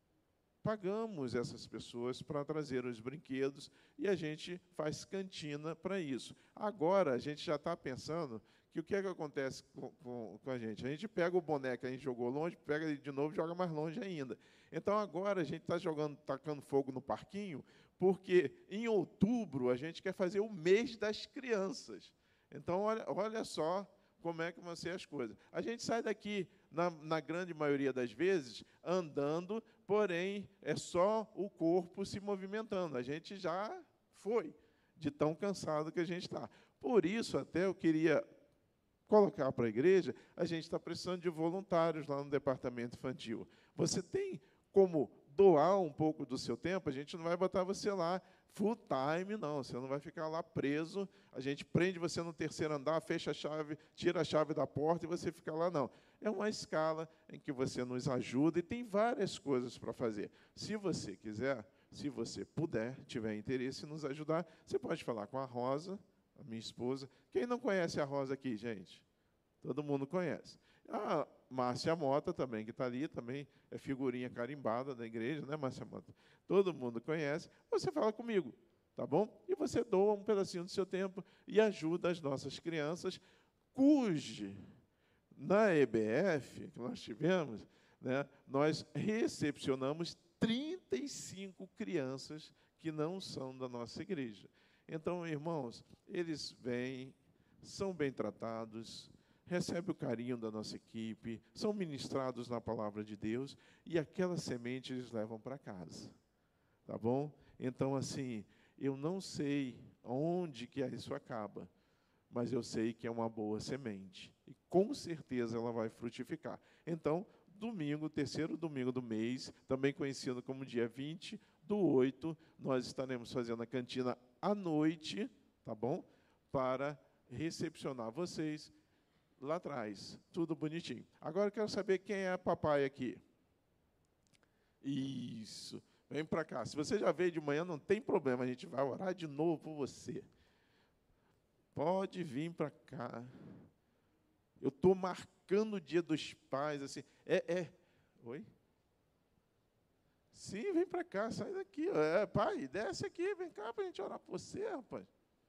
pagamos essas pessoas para trazer os brinquedos e a gente faz cantina para isso. Agora, a gente já está pensando que o que é que acontece com, com, com a gente? A gente pega o boneco que a gente jogou longe, pega ele de novo e joga mais longe ainda. Então, agora, a gente está jogando, tacando fogo no parquinho, porque em outubro a gente quer fazer o mês das crianças. Então, olha, olha só como é que vão ser as coisas. A gente sai daqui, na, na grande maioria das vezes, andando, porém, é só o corpo se movimentando. A gente já foi, de tão cansado que a gente está. Por isso, até eu queria colocar para a igreja, a gente está precisando de voluntários lá no departamento infantil. Você tem como doar um pouco do seu tempo? A gente não vai botar você lá full time, não. Você não vai ficar lá preso. A gente prende você no terceiro andar, fecha a chave, tira a chave da porta e você fica lá, não. É uma escala em que você nos ajuda e tem várias coisas para fazer. Se você quiser, se você puder, tiver interesse em nos ajudar, você pode falar com a Rosa, a minha esposa. Quem não conhece a Rosa aqui, gente? Todo mundo conhece. A Márcia Mota também, que está ali, também é figurinha carimbada da igreja, né, Márcia Mota? Todo mundo conhece. Você fala comigo, tá bom? E você doa um pedacinho do seu tempo e ajuda as nossas crianças, cujo, na E B F, que nós tivemos, né, nós recepcionamos trinta e cinco crianças que não são da nossa igreja. Então, irmãos, eles vêm, são bem tratados, recebem o carinho da nossa equipe, são ministrados na palavra de Deus, e aquela semente eles levam para casa. Tá bom? Então, assim, eu não sei onde que isso acaba, mas eu sei que é uma boa semente, e com certeza ela vai frutificar. Então, domingo, terceiro domingo do mês, também conhecido como dia vinte do oito, nós estaremos fazendo a cantina à noite, tá bom? Para recepcionar vocês lá atrás, tudo bonitinho. Agora eu quero saber quem é papai aqui. Isso, vem para cá. Se você já veio de manhã, não tem problema, a gente vai orar de novo por você. Pode vir para cá. Eu estou marcando o dia dos pais, assim, é, é, oi? Sim, vem para cá, sai daqui. É, pai, desce aqui, vem cá para a gente orar por você, rapaz.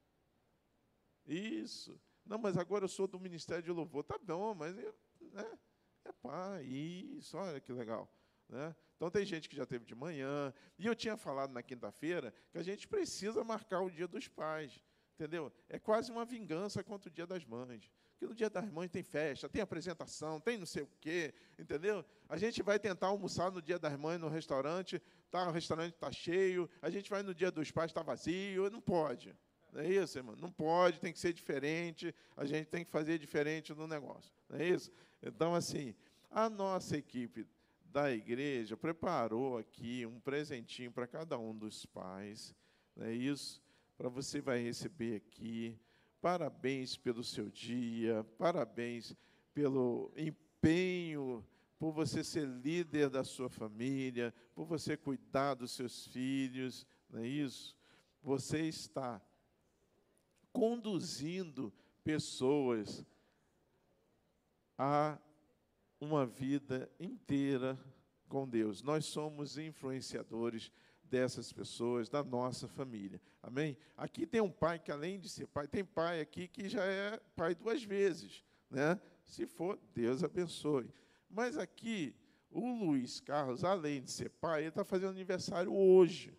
Isso. Não, mas agora eu sou do Ministério de Louvor. Tá bom, mas eu, né, é pai. Isso, olha que legal. né? Então, tem gente que já teve de manhã. E eu tinha falado na quinta-feira que a gente precisa marcar o Dia dos Pais, entendeu? É quase uma vingança contra o Dia das Mães. Porque no Dia das Mães tem festa, tem apresentação, tem não sei o quê, entendeu? A gente vai tentar almoçar no Dia das Mães no restaurante, tá, o restaurante está cheio, a gente vai no Dia dos Pais, está vazio, não pode. Não é isso, irmão? Não pode, tem que ser diferente, a gente tem que fazer diferente no negócio. Não é isso? Então, assim, a nossa equipe da igreja preparou aqui um presentinho para cada um dos pais. Não é isso? Para você vai receber aqui. Parabéns pelo seu dia, parabéns pelo empenho, por você ser líder da sua família, por você cuidar dos seus filhos, não é isso? Você está conduzindo pessoas a uma vida inteira com Deus. Nós somos influenciadores dessas pessoas, da nossa família. Amém? Aqui tem um pai que, além de ser pai, tem pai aqui que já é pai duas vezes, né? Se for, Deus abençoe. Mas aqui, o Luiz Carlos, além de ser pai, ele está fazendo aniversário hoje.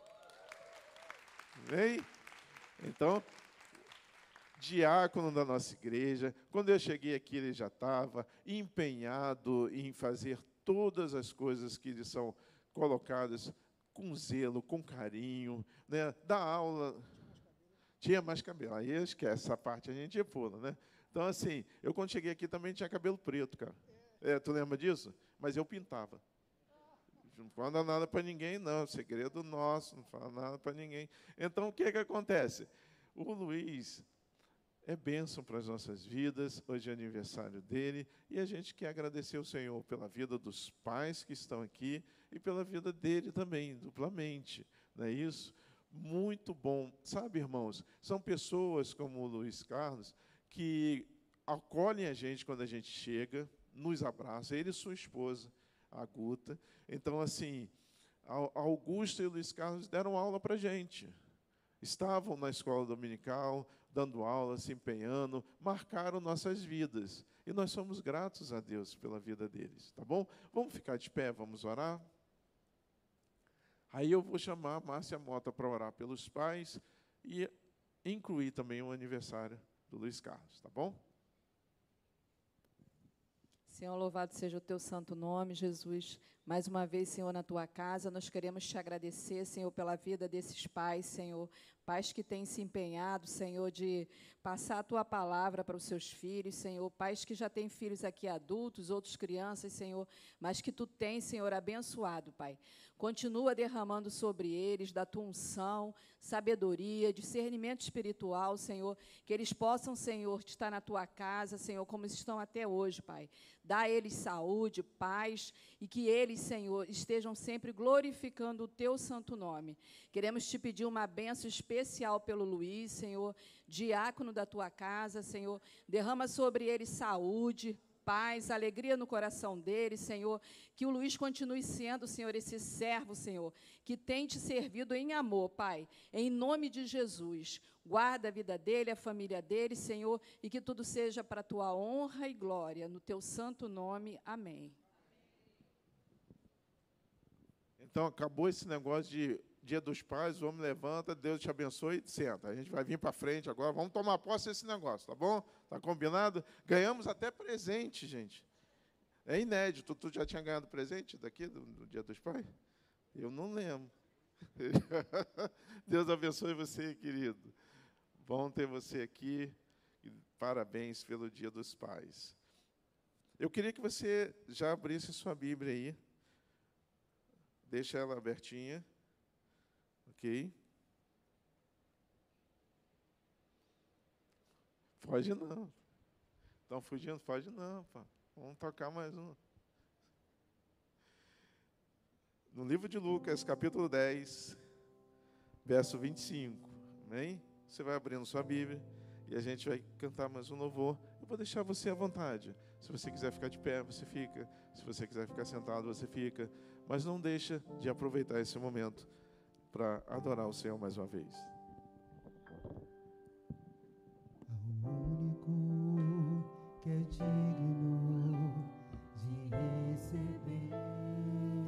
Amém? Então, diácono da nossa igreja, quando eu cheguei aqui, ele já estava empenhado em fazer todas as coisas que lhe são colocadas com zelo, com carinho, né? Da aula. Tinha mais cabelo. Aí esquece, essa parte a gente pula, né? Então, assim, eu quando cheguei aqui também tinha cabelo preto, cara. É, tu lembra disso? Mas eu pintava. Não fala nada para ninguém, não. Segredo nosso, não fala nada para ninguém. Então, o que, que acontece? O Luiz é bênção para as nossas vidas. Hoje é aniversário dele. E a gente quer agradecer ao Senhor pela vida dos pais que estão aqui e pela vida dele também, duplamente. Não é isso? Muito bom. Sabe, irmãos, são pessoas como o Luiz Carlos que acolhem a gente quando a gente chega, nos abraça, ele e sua esposa, a Guta. Então, assim, a Augusto e o Luiz Carlos deram aula para a gente. Estavam na escola dominical, dando aula, se empenhando, marcaram nossas vidas. E nós somos gratos a Deus pela vida deles, tá bom? Vamos ficar de pé, vamos orar? Aí eu vou chamar a Márcia Mota para orar pelos pais e incluir também o aniversário do Luiz Carlos, tá bom? Senhor, louvado seja o teu santo nome, Jesus. Mais uma vez, Senhor, na tua casa, nós queremos te agradecer, Senhor, pela vida desses pais, Senhor. Pais que têm se empenhado, Senhor, de passar a tua palavra para os seus filhos, Senhor. Pais que já têm filhos aqui adultos, outros crianças, Senhor, mas que tu tens, Senhor, abençoado, Pai. Continua derramando sobre eles da tua unção, sabedoria, discernimento espiritual, Senhor, que eles possam, Senhor, estar na tua casa, Senhor, como estão até hoje, Pai. Dá a eles saúde, paz, e que eles, Senhor, estejam sempre glorificando o teu santo nome. Queremos te pedir uma bênção especial pelo Luiz, Senhor, diácono da tua casa, Senhor. Derrama sobre ele saúde, paz, alegria no coração dele, Senhor. Que o Luiz continue sendo, Senhor, esse servo, Senhor, que tem te servido em amor, Pai. Em nome de Jesus. Guarda a vida dele, a família dele, Senhor, e que tudo seja para a tua honra e glória. No teu santo nome. Amém. Então, acabou esse negócio de Dia dos Pais, o homem levanta, Deus te abençoe e senta. A gente vai vir para frente agora, vamos tomar posse desse negócio, tá bom? Tá combinado? Ganhamos até presente, gente. É inédito. Tu já tinha ganhado presente daqui, do, do Dia dos Pais? Eu não lembro. Deus abençoe você, querido. Bom ter você aqui. E parabéns pelo Dia dos Pais. Eu queria que você já abrisse sua Bíblia aí. Deixa ela abertinha. Ok? Foge não. Estão fugindo? Foge não, pá. Vamos tocar mais um. No livro de Lucas, capítulo dez, verso vinte e cinco. Amém? Você vai abrindo sua Bíblia e a gente vai cantar mais um louvor. Eu vou deixar você à vontade. Se você quiser ficar de pé, você fica. Se você quiser ficar sentado, você fica. Mas não deixa de aproveitar esse momento para adorar o Senhor mais uma vez. Ao único que é digno de receber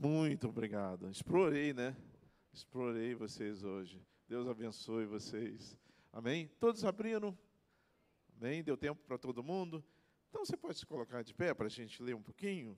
Muito obrigado. Explorei, né? Explorei vocês hoje. Deus abençoe vocês. Amém? Todos abriram? Amém? Deu tempo para todo mundo? Então, você pode se colocar de pé para a gente ler um pouquinho?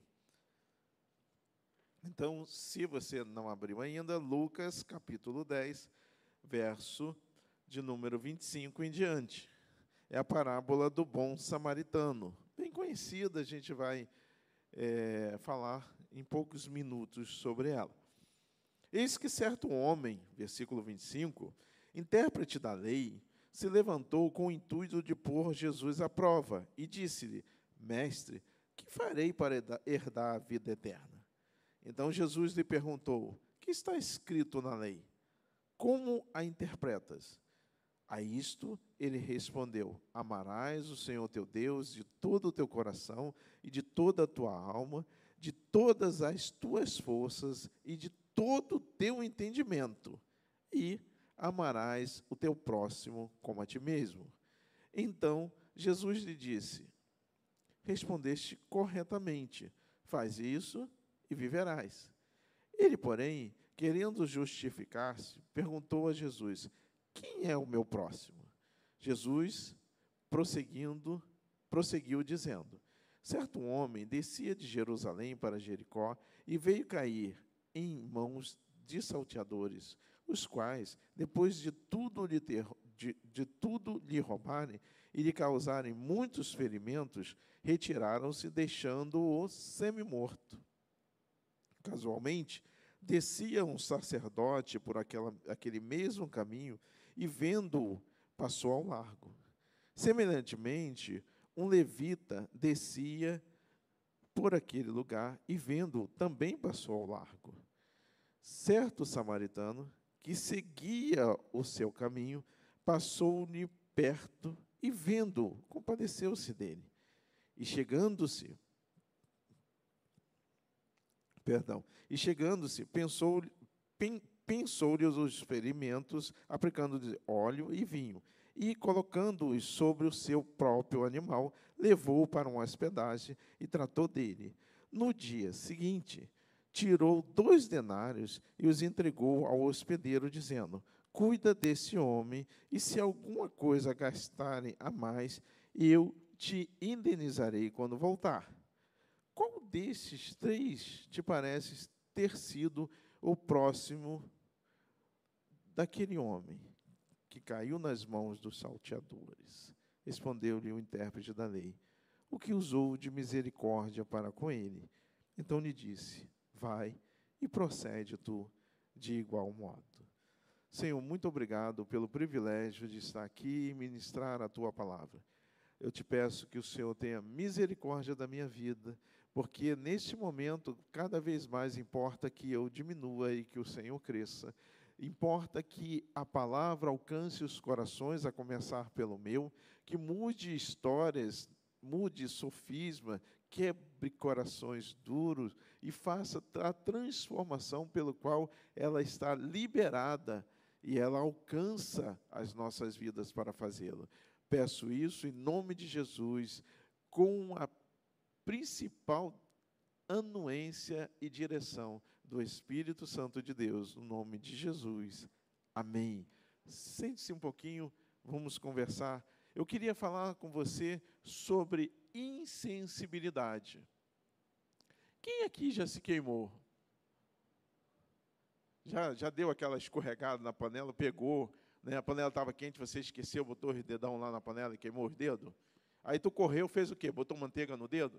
Então, se você não abriu ainda, Lucas, capítulo dez, verso de número vinte e cinco em diante. É a parábola do bom samaritano. Bem conhecida, a gente vai é, falar em poucos minutos sobre ela. Eis que certo homem, versículo vinte e cinco, intérprete da lei, se levantou com o intuito de pôr Jesus à prova e disse-lhe: Mestre, que farei para herdar a vida eterna? Então Jesus lhe perguntou: que está escrito na lei? Como a interpretas? A isto ele respondeu: Amarás o Senhor teu Deus de todo o teu coração e de toda a tua alma, de todas as tuas forças e de todo o teu entendimento, e amarás o teu próximo como a ti mesmo. Então Jesus lhe disse: Respondeste corretamente, faz isso e viverás. Ele, porém, querendo justificar-se, perguntou a Jesus: Quem é o meu próximo? Jesus, prosseguindo, prosseguiu dizendo: Certo homem descia de Jerusalém para Jericó e veio cair em mãos de salteadores, os quais, depois de tudo lhe, ter, de, de tudo lhe roubarem e lhe causarem muitos ferimentos, retiraram-se, deixando-o semi-morto. Casualmente, descia um sacerdote por aquela, aquele mesmo caminho e, vendo-o, passou ao largo. Semelhantemente, um levita descia por aquele lugar e, vendo-o, também passou ao largo. Certo samaritano, que seguia o seu caminho, passou-lhe perto e, vendo-o, compadeceu-se dele. E chegando-se, perdão, e chegando-se, pensou, pen, pensou-lhe os ferimentos, aplicando-lhe óleo e vinho, e, colocando-os sobre o seu próprio animal, levou-o para uma hospedagem e tratou dele. No dia seguinte, tirou dois denários e os entregou ao hospedeiro, dizendo: Cuida desse homem, e se alguma coisa gastarem a mais, eu te indenizarei quando voltar. Qual desses três te parece ter sido o próximo daquele homem que caiu nas mãos dos salteadores? Respondeu-lhe o intérprete da lei: O que usou de misericórdia para com ele. Então lhe disse: Vai e procede tu de igual modo. Senhor, muito obrigado pelo privilégio de estar aqui e ministrar a tua palavra. Eu te peço que o Senhor tenha misericórdia da minha vida, porque neste momento, cada vez mais importa que eu diminua e que o Senhor cresça. Importa que a palavra alcance os corações, a começar pelo meu, que mude histórias, mude sofisma, quebre corações duros e faça a transformação pelo qual ela está liberada e ela alcança as nossas vidas para fazê-lo. Peço isso em nome de Jesus, com a principal anuência e direção do Espírito Santo de Deus, no nome de Jesus. Amém. Sente-se um pouquinho, vamos conversar. Eu queria falar com você sobre insensibilidade. Quem aqui já se queimou? Já, já deu aquela escorregada na panela, pegou, né, a panela estava quente, você esqueceu, botou os dedão lá na panela e queimou os dedos? Aí tu correu, fez o quê? Botou manteiga no dedo?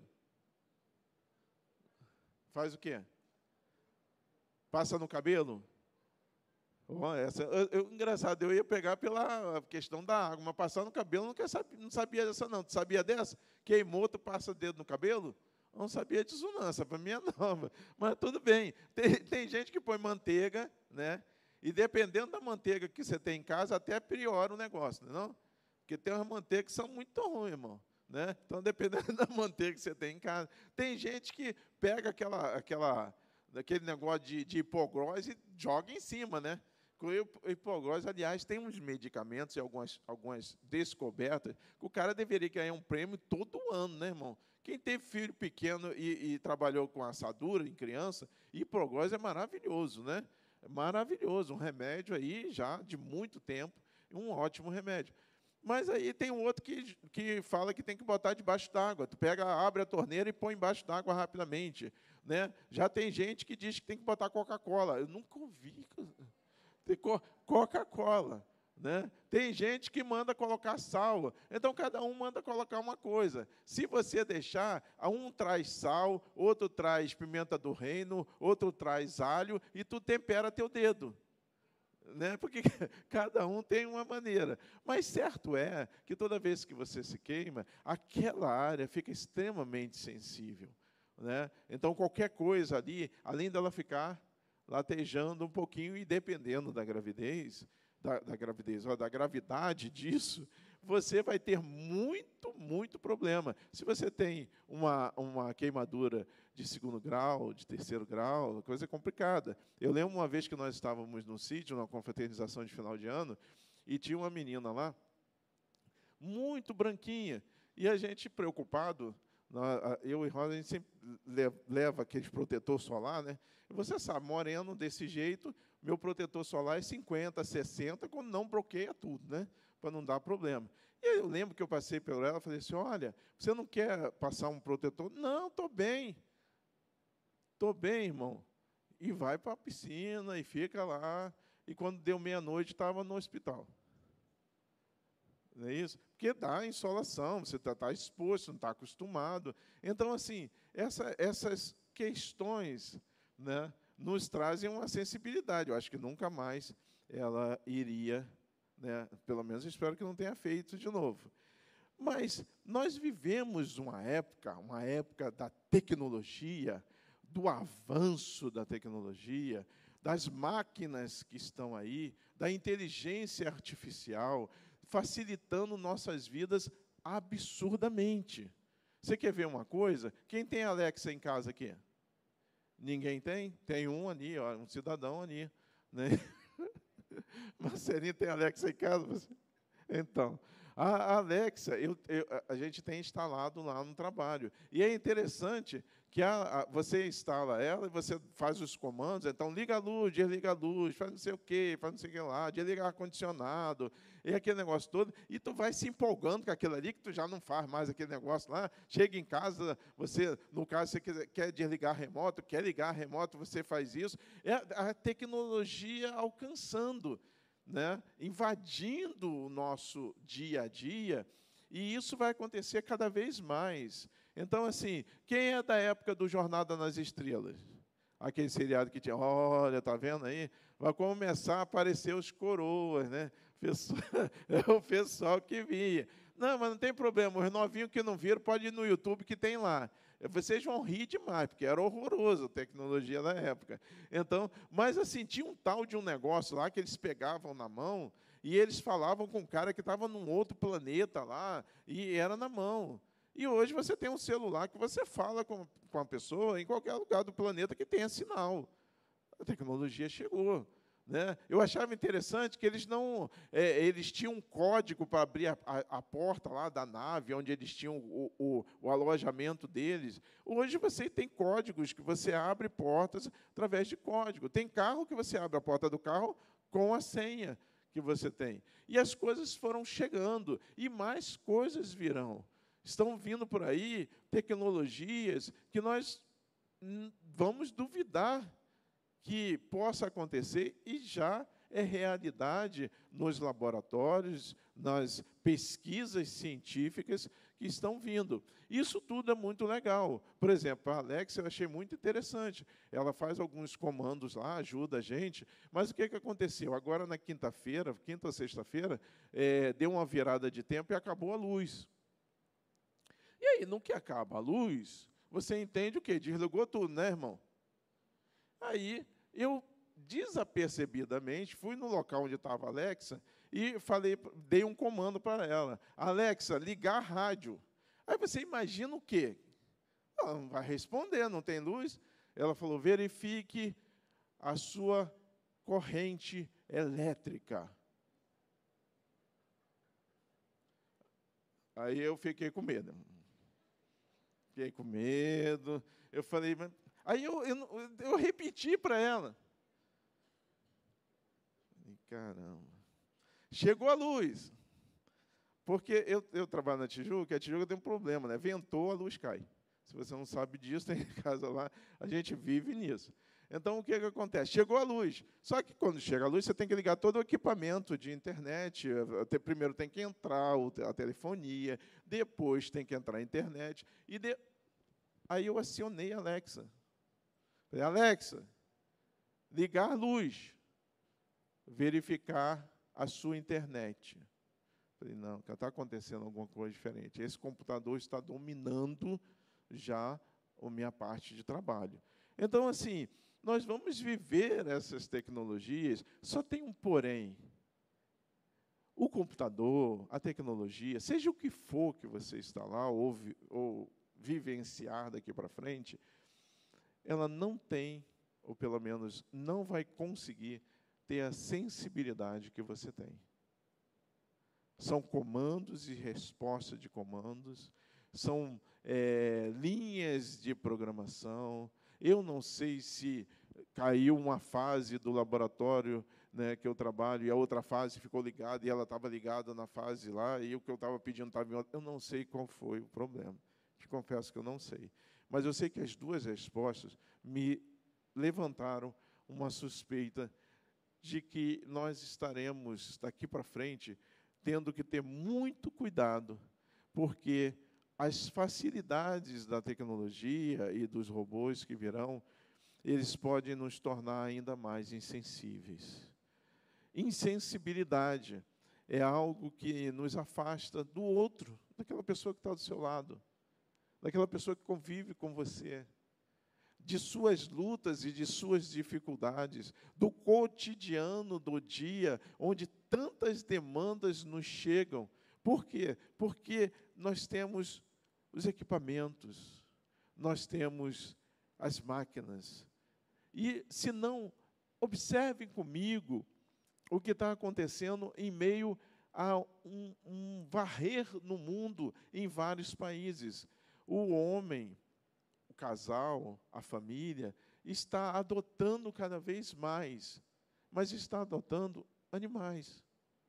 Faz o quê? Passa no cabelo? Oh, essa, eu, eu, engraçado, eu ia pegar pela questão da água, mas passar no cabelo, não, quer saber, não sabia dessa não. Tu sabia dessa? Queimou, tu passa o dedo no cabelo? Eu não sabia disso não, essa para mim é nova. Mas tudo bem. Tem, tem gente que põe manteiga, né? E dependendo da manteiga que você tem em casa, até piora o negócio, não é não? Porque tem umas manteigas que são muito ruins, irmão. Né? Então, dependendo da manteiga que você tem em casa. Tem gente que pega aquela, aquela, aquele negócio de, de hipoglose e joga em cima, né? Com a hipoglose, aliás, tem uns medicamentos e algumas, algumas descobertas que o cara deveria ganhar um prêmio todo ano, né, irmão? Quem teve filho pequeno e, e trabalhou com assadura em criança, hipoglose é maravilhoso, né? É maravilhoso, um remédio aí já de muito tempo, um ótimo remédio. Mas aí tem um outro que, que fala que tem que botar debaixo d'água. Tu pega, abre a torneira e põe embaixo d'água rapidamente, né? Já tem gente que diz que tem que botar Coca-Cola. Eu nunca ouvi. Tem Coca-Cola, né? Tem gente que manda colocar sal. Então, cada um manda colocar uma coisa. Se você deixar, um traz sal, outro traz pimenta do reino, outro traz alho, e tu tempera teu dedo. Né? Porque cada um tem uma maneira. Mas certo é que toda vez que você se queima, aquela área fica extremamente sensível. Né? Então, qualquer coisa ali, além dela ficar latejando um pouquinho e dependendo da gravidez, da, da gravidez, ou da gravidade disso, você vai ter muito, muito problema. Se você tem uma, uma queimadura de segundo grau, de terceiro grau, coisa complicada. Eu lembro uma vez que nós estávamos num sítio, numa confraternização de final de ano, e tinha uma menina lá, muito branquinha, e a gente preocupado, eu e Rosa, a gente sempre leva aquele protetor solar, né? E você sabe, moreno desse jeito, meu protetor solar é cinquenta, sessenta, quando não bloqueia tudo, né? Para não dar problema. E aí eu lembro que eu passei por ela e falei assim, olha, você não quer passar um protetor? Não, estou bem. Estou bem, irmão. E vai para a piscina e fica lá. E quando deu meia-noite, estava no hospital. Não é isso? Porque dá insolação, você está tá exposto, não está acostumado. Então, assim, essa, essas questões, né, nos trazem uma sensibilidade. Eu acho que nunca mais ela iria, né, pelo menos espero que não tenha feito de novo. Mas nós vivemos uma época, uma época da tecnologia, do avanço da tecnologia, das máquinas que estão aí, da inteligência artificial, facilitando nossas vidas absurdamente. Você quer ver uma coisa? Quem tem Alexa em casa aqui? Ninguém tem? Tem um ali, ó, um cidadão ali. Né? Marcelinho tem Alexa em casa? Você? Então, a Alexa, eu, eu, a gente tem instalado lá no trabalho. E é interessante que a, a, você instala ela e você faz os comandos, então liga a luz, desliga a luz, faz não sei o quê, faz não sei o que lá, desliga o ar-condicionado, e aquele negócio todo, e tu vai se empolgando com aquilo ali, que tu já não faz mais aquele negócio lá, chega em casa, você, no caso, você quer, quer desligar remoto, quer ligar remoto, você faz isso, é a tecnologia alcançando, né, invadindo o nosso dia a dia, e isso vai acontecer cada vez mais. Então, assim, quem é da época do Jornada nas Estrelas? Aquele seriado que tinha, olha, tá vendo aí? Vai começar a aparecer os coroas, né? É o pessoal que via. Não, mas não tem problema, os novinhos que não viram, pode ir no YouTube que tem lá. Vocês vão rir demais, porque era horroroso a tecnologia da época. Então, mas assim, tinha um tal de um negócio lá que eles pegavam na mão e eles falavam com um cara que estava num outro planeta lá, e era na mão. E hoje você tem um celular que você fala com, com a pessoa em qualquer lugar do planeta que tenha sinal. A tecnologia chegou. Né? Eu achava interessante que eles não, é, eles tinham um código para abrir a, a, a porta lá da nave, onde eles tinham o, o, o alojamento deles. Hoje você tem códigos que você abre portas através de código. Tem carro que você abre a porta do carro com a senha que você tem. E as coisas foram chegando, e mais coisas virão. Estão vindo por aí tecnologias que nós vamos duvidar que possa acontecer, e já é realidade nos laboratórios, nas pesquisas científicas que estão vindo. Isso tudo é muito legal. Por exemplo, a Alexa eu achei muito interessante. Ela faz alguns comandos lá, ajuda a gente, mas o que, que aconteceu? Agora, na quinta-feira, quinta ou sexta-feira, é, deu uma virada de tempo e acabou a luz. E aí, no que acaba a luz, você entende o quê? Desligou tudo, né, irmão? Aí, eu, desapercebidamente, fui no local onde estava a Alexa e falei, dei um comando para ela. Alexa, ligar rádio. Aí você imagina o quê? Ela não vai responder, não tem luz. Ela falou, verifique a sua corrente elétrica. Aí eu fiquei com medo. Fiquei com medo. Eu falei, mas... Aí eu, eu, eu repeti para ela. Caramba. Chegou a luz. Porque eu, eu trabalho na Tijuca, e a Tijuca tem um problema, né? Ventou, a luz cai. Se você não sabe disso, tem casa lá, a gente vive nisso. Então, o que, que acontece? Chegou a luz. Só que, quando chega a luz, você tem que ligar todo o equipamento de internet. Até primeiro tem que entrar a telefonia, depois tem que entrar a internet. E de... Aí eu acionei a Alexa. Falei, Alexa, ligar a luz, verificar a sua internet. Falei, não, está acontecendo alguma coisa diferente. Esse computador está dominando já a minha parte de trabalho. Então, assim, nós vamos viver essas tecnologias, só tem um porém. O computador, a tecnologia, seja o que for que você instalar ou, vi, ou vivenciar daqui para frente, ela não tem, ou pelo menos não vai conseguir ter a sensibilidade que você tem. São comandos e respostas de comandos, são é, linhas de programação. Eu não sei se caiu uma fase do laboratório, né, que eu trabalho, e a outra fase ficou ligada, e ela estava ligada na fase lá, e o que eu estava pedindo estava em outra. Eu não sei qual foi o problema. Te confesso que eu não sei. Mas eu sei que as duas respostas me levantaram uma suspeita de que nós estaremos, daqui para frente, tendo que ter muito cuidado, porque as facilidades da tecnologia e dos robôs que virão, eles podem nos tornar ainda mais insensíveis. Insensibilidade é algo que nos afasta do outro, daquela pessoa que está do seu lado, daquela pessoa que convive com você, de suas lutas e de suas dificuldades, do cotidiano do dia, onde tantas demandas nos chegam. Por quê? Porque nós temos os equipamentos, nós temos as máquinas. E, se não, observem comigo o que está acontecendo em meio a um, um varrer no mundo em vários países. O homem, o casal, a família, está adotando cada vez mais, mas está adotando animais.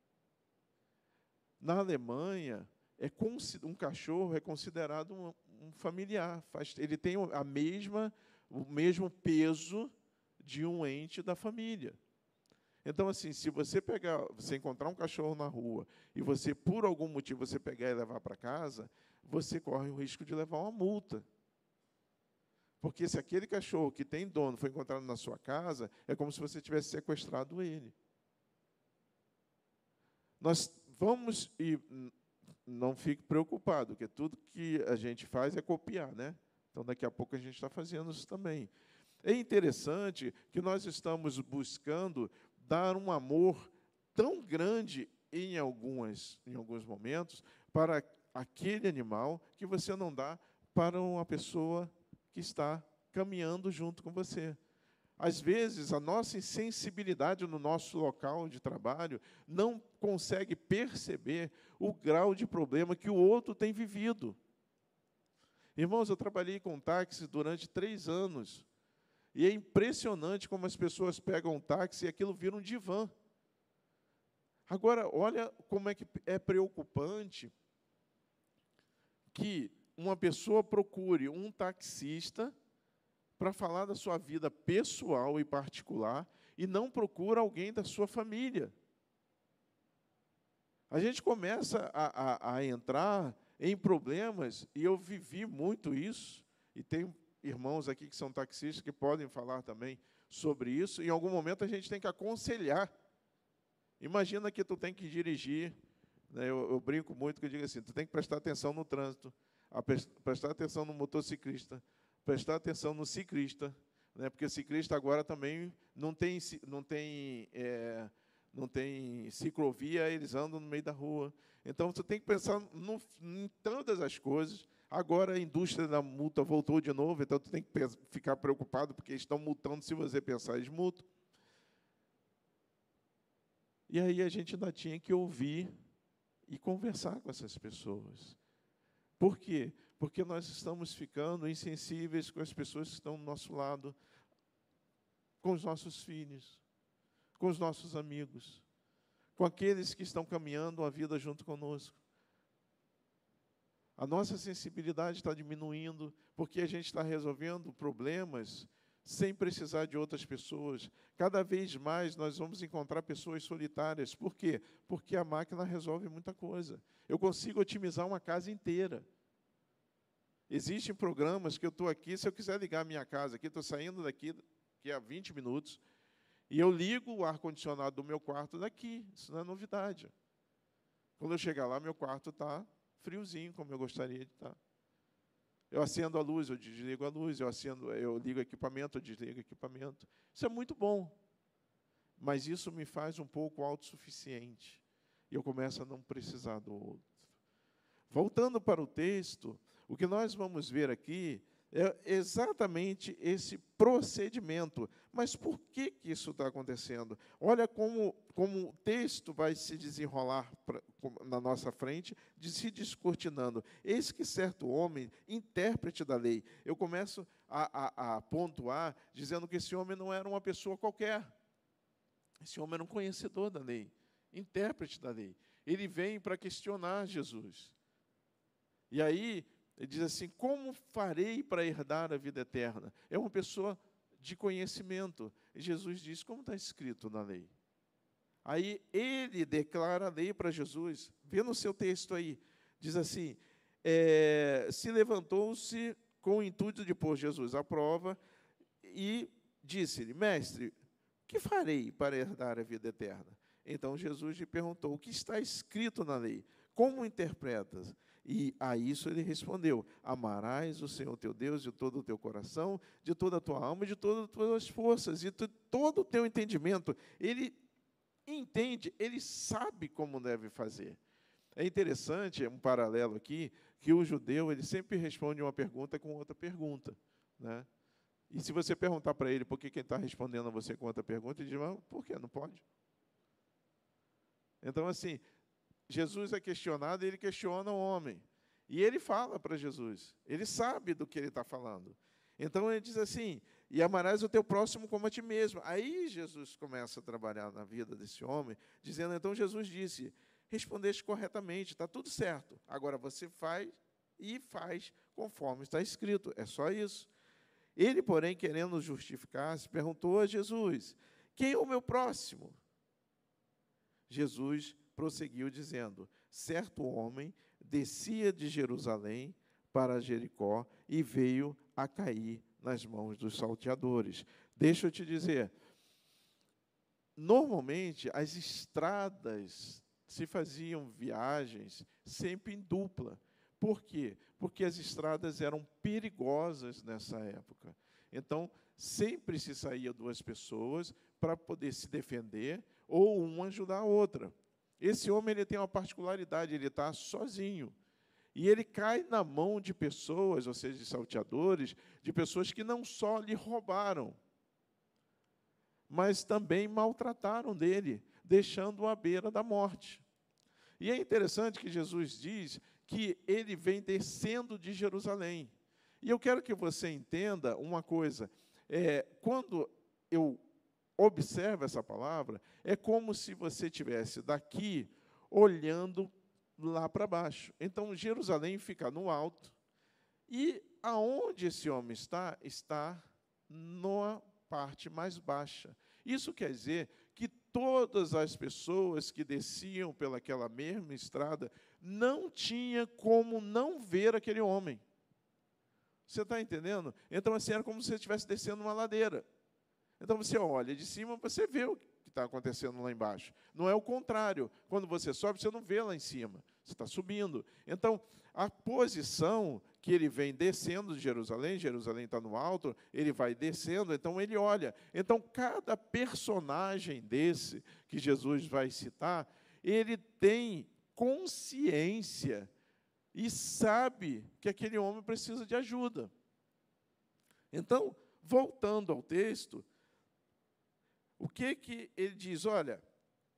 Na Alemanha, é um cachorro é considerado um, um familiar. Faz, ele tem a mesma, o mesmo peso de um ente da família. Então, assim, se você pegar, você encontrar um cachorro na rua e você, por algum motivo, você pegar e levar para casa, você corre o risco de levar uma multa. Porque se aquele cachorro que tem dono foi encontrado na sua casa, é como se você tivesse sequestrado ele. Nós vamos, e não fique preocupado, porque tudo que a gente faz é copiar, né? Então, daqui a pouco a gente está fazendo isso também. É interessante que nós estamos buscando dar um amor tão grande em, algumas, em alguns momentos para aquele animal que você não dá para uma pessoa que está caminhando junto com você. Às vezes, a nossa insensibilidade no nosso local de trabalho não consegue perceber o grau de problema que o outro tem vivido. Irmãos, eu trabalhei com táxi durante três anos. E é impressionante como as pessoas pegam um táxi e aquilo vira um divã. Agora, olha como é que é preocupante que uma pessoa procure um taxista para falar da sua vida pessoal e particular e não procura alguém da sua família. A gente começa a, a, a entrar em problemas, e eu vivi muito isso, e tenho irmãos aqui que são taxistas que podem falar também sobre isso. Em algum momento, a gente tem que aconselhar. Imagina que tu tem que dirigir, né, eu, eu brinco muito que eu digo assim, tu tem que prestar atenção no trânsito, a prestar atenção no motociclista, prestar atenção no ciclista, né, porque o ciclista agora também não tem, não tem, é, não tem ciclovia, eles andam no meio da rua. Então, você tem que pensar no, em todas as coisas. Agora, a indústria da multa voltou de novo, então, tu tem que ficar preocupado, porque eles estão multando, se você pensar, eles multam. E aí a gente ainda tinha que ouvir e conversar com essas pessoas. Por quê? Porque nós estamos ficando insensíveis com as pessoas que estão do nosso lado, com os nossos filhos, com os nossos amigos, com aqueles que estão caminhando a vida junto conosco. A nossa sensibilidade está diminuindo, porque a gente está resolvendo problemas sem precisar de outras pessoas. Cada vez mais nós vamos encontrar pessoas solitárias. Por quê? Porque a máquina resolve muita coisa. Eu consigo otimizar uma casa inteira. Existem programas que eu estou aqui, se eu quiser ligar a minha casa aqui, estou saindo daqui, que é há vinte minutos, e eu ligo o ar-condicionado do meu quarto daqui. Isso não é novidade. Quando eu chegar lá, meu quarto está friozinho, como eu gostaria de estar. Eu acendo a luz, eu desligo a luz, eu acendo, eu ligo o equipamento, eu desligo o equipamento. Isso é muito bom. Mas isso me faz um pouco autossuficiente. E eu começo a não precisar do outro. Voltando para o texto, o que nós vamos ver aqui é exatamente esse procedimento. Mas por que, que isso está acontecendo? Olha como, como o texto vai se desenrolar pra, na nossa frente, de se descortinando. Eis que certo homem, intérprete da lei, eu começo a, a, a pontuar, dizendo que esse homem não era uma pessoa qualquer. Esse homem era um conhecedor da lei, intérprete da lei. Ele vem para questionar Jesus. E aí, ele diz assim, como farei para herdar a vida eterna? É uma pessoa de conhecimento. E Jesus diz, como está escrito na lei? Aí ele declara a lei para Jesus. Vê no seu texto aí. Diz assim, é, se levantou-se com o intuito de pôr Jesus à prova e disse-lhe, mestre, o que farei para herdar a vida eterna? Então Jesus lhe perguntou, o que está escrito na lei? Como interpretas? E a isso ele respondeu, amarás o Senhor teu Deus de todo o teu coração, de toda a tua alma e de todas as tuas forças, e de todo o teu entendimento. Ele entende, ele sabe como deve fazer. É interessante, é um paralelo aqui, que o judeu ele sempre responde uma pergunta com outra pergunta, né? E se você perguntar para ele por que quem está respondendo a você com outra pergunta, ele diz, mas por que? Não pode? Então, assim, Jesus é questionado e ele questiona o homem. E ele fala para Jesus. Ele sabe do que ele está falando. Então, ele diz assim, e amarás o teu próximo como a ti mesmo. Aí, Jesus começa a trabalhar na vida desse homem, dizendo, então, Jesus disse, respondeste corretamente, está tudo certo. Agora, você faz e faz conforme está escrito. É só isso. Ele, porém, querendo justificar-se, perguntou a Jesus, quem é o meu próximo? Jesus prosseguiu dizendo, certo homem descia de Jerusalém para Jericó e veio a cair nas mãos dos salteadores. Deixa eu te dizer, normalmente as estradas se faziam viagens sempre em dupla. Por quê? Porque as estradas eram perigosas nessa época. Então, sempre se saía duas pessoas para poder se defender ou uma ajudar a outra. Esse homem ele tem uma particularidade, ele está sozinho. E ele cai na mão de pessoas, ou seja, de salteadores, de pessoas que não só lhe roubaram, mas também maltrataram dele, deixando-o à beira da morte. E é interessante que Jesus diz que ele vem descendo de Jerusalém. E eu quero que você entenda uma coisa. É, quando eu observo essa palavra, é como se você estivesse daqui olhando lá para baixo. Então, Jerusalém fica no alto, e aonde esse homem está, está na parte mais baixa. Isso quer dizer que todas as pessoas que desciam pelaquela mesma estrada não tinha como não ver aquele homem. Você está entendendo? Então, assim, era como se você estivesse descendo uma ladeira. Então, você olha de cima, você vê o que está acontecendo lá embaixo. Não é o contrário. Quando você sobe, você não vê lá em cima. Você está subindo. Então, a posição que ele vem descendo de Jerusalém, Jerusalém está no alto, ele vai descendo, então ele olha. Então, cada personagem desse que Jesus vai citar, ele tem consciência e sabe que aquele homem precisa de ajuda. Então, voltando ao texto, o que que ele diz? Olha,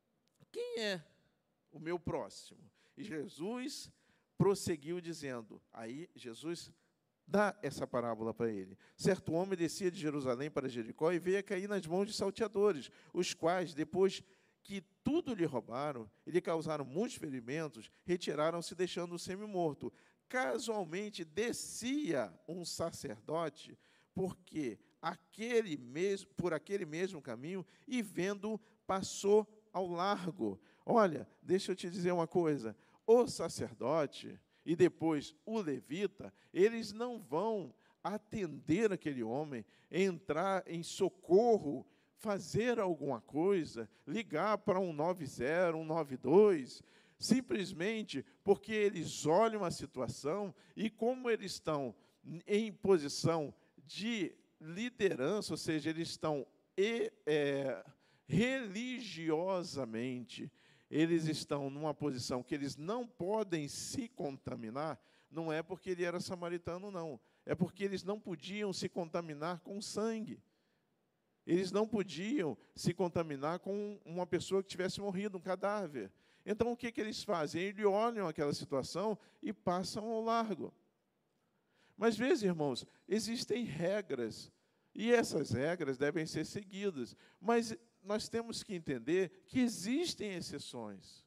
quem é o meu próximo? E Jesus prosseguiu dizendo, aí Jesus dá essa parábola para ele. Certo homem descia de Jerusalém para Jericó e veio a cair nas mãos de salteadores, os quais, depois que tudo lhe roubaram e lhe causaram muitos ferimentos, retiraram-se, deixando-o semi-morto. Casualmente descia um sacerdote, porque aquele mesmo, por aquele mesmo caminho, e vendo, passou ao largo. Olha, deixa eu te dizer uma coisa, o sacerdote e depois o levita, eles não vão atender aquele homem, entrar em socorro, fazer alguma coisa, ligar para um nove zero, um nove dois, simplesmente porque eles olham a situação e como eles estão em posição de liderança, ou seja, eles estão e, é, religiosamente, eles estão numa posição que eles não podem se contaminar, não é porque ele era samaritano, não. É porque eles não podiam se contaminar com sangue. Eles não podiam se contaminar com uma pessoa que tivesse morrido, um cadáver. Então, o que, que eles fazem? Eles olham aquela situação e passam ao largo. Mas, vezes, irmãos, existem regras, e essas regras devem ser seguidas. Mas nós temos que entender que existem exceções.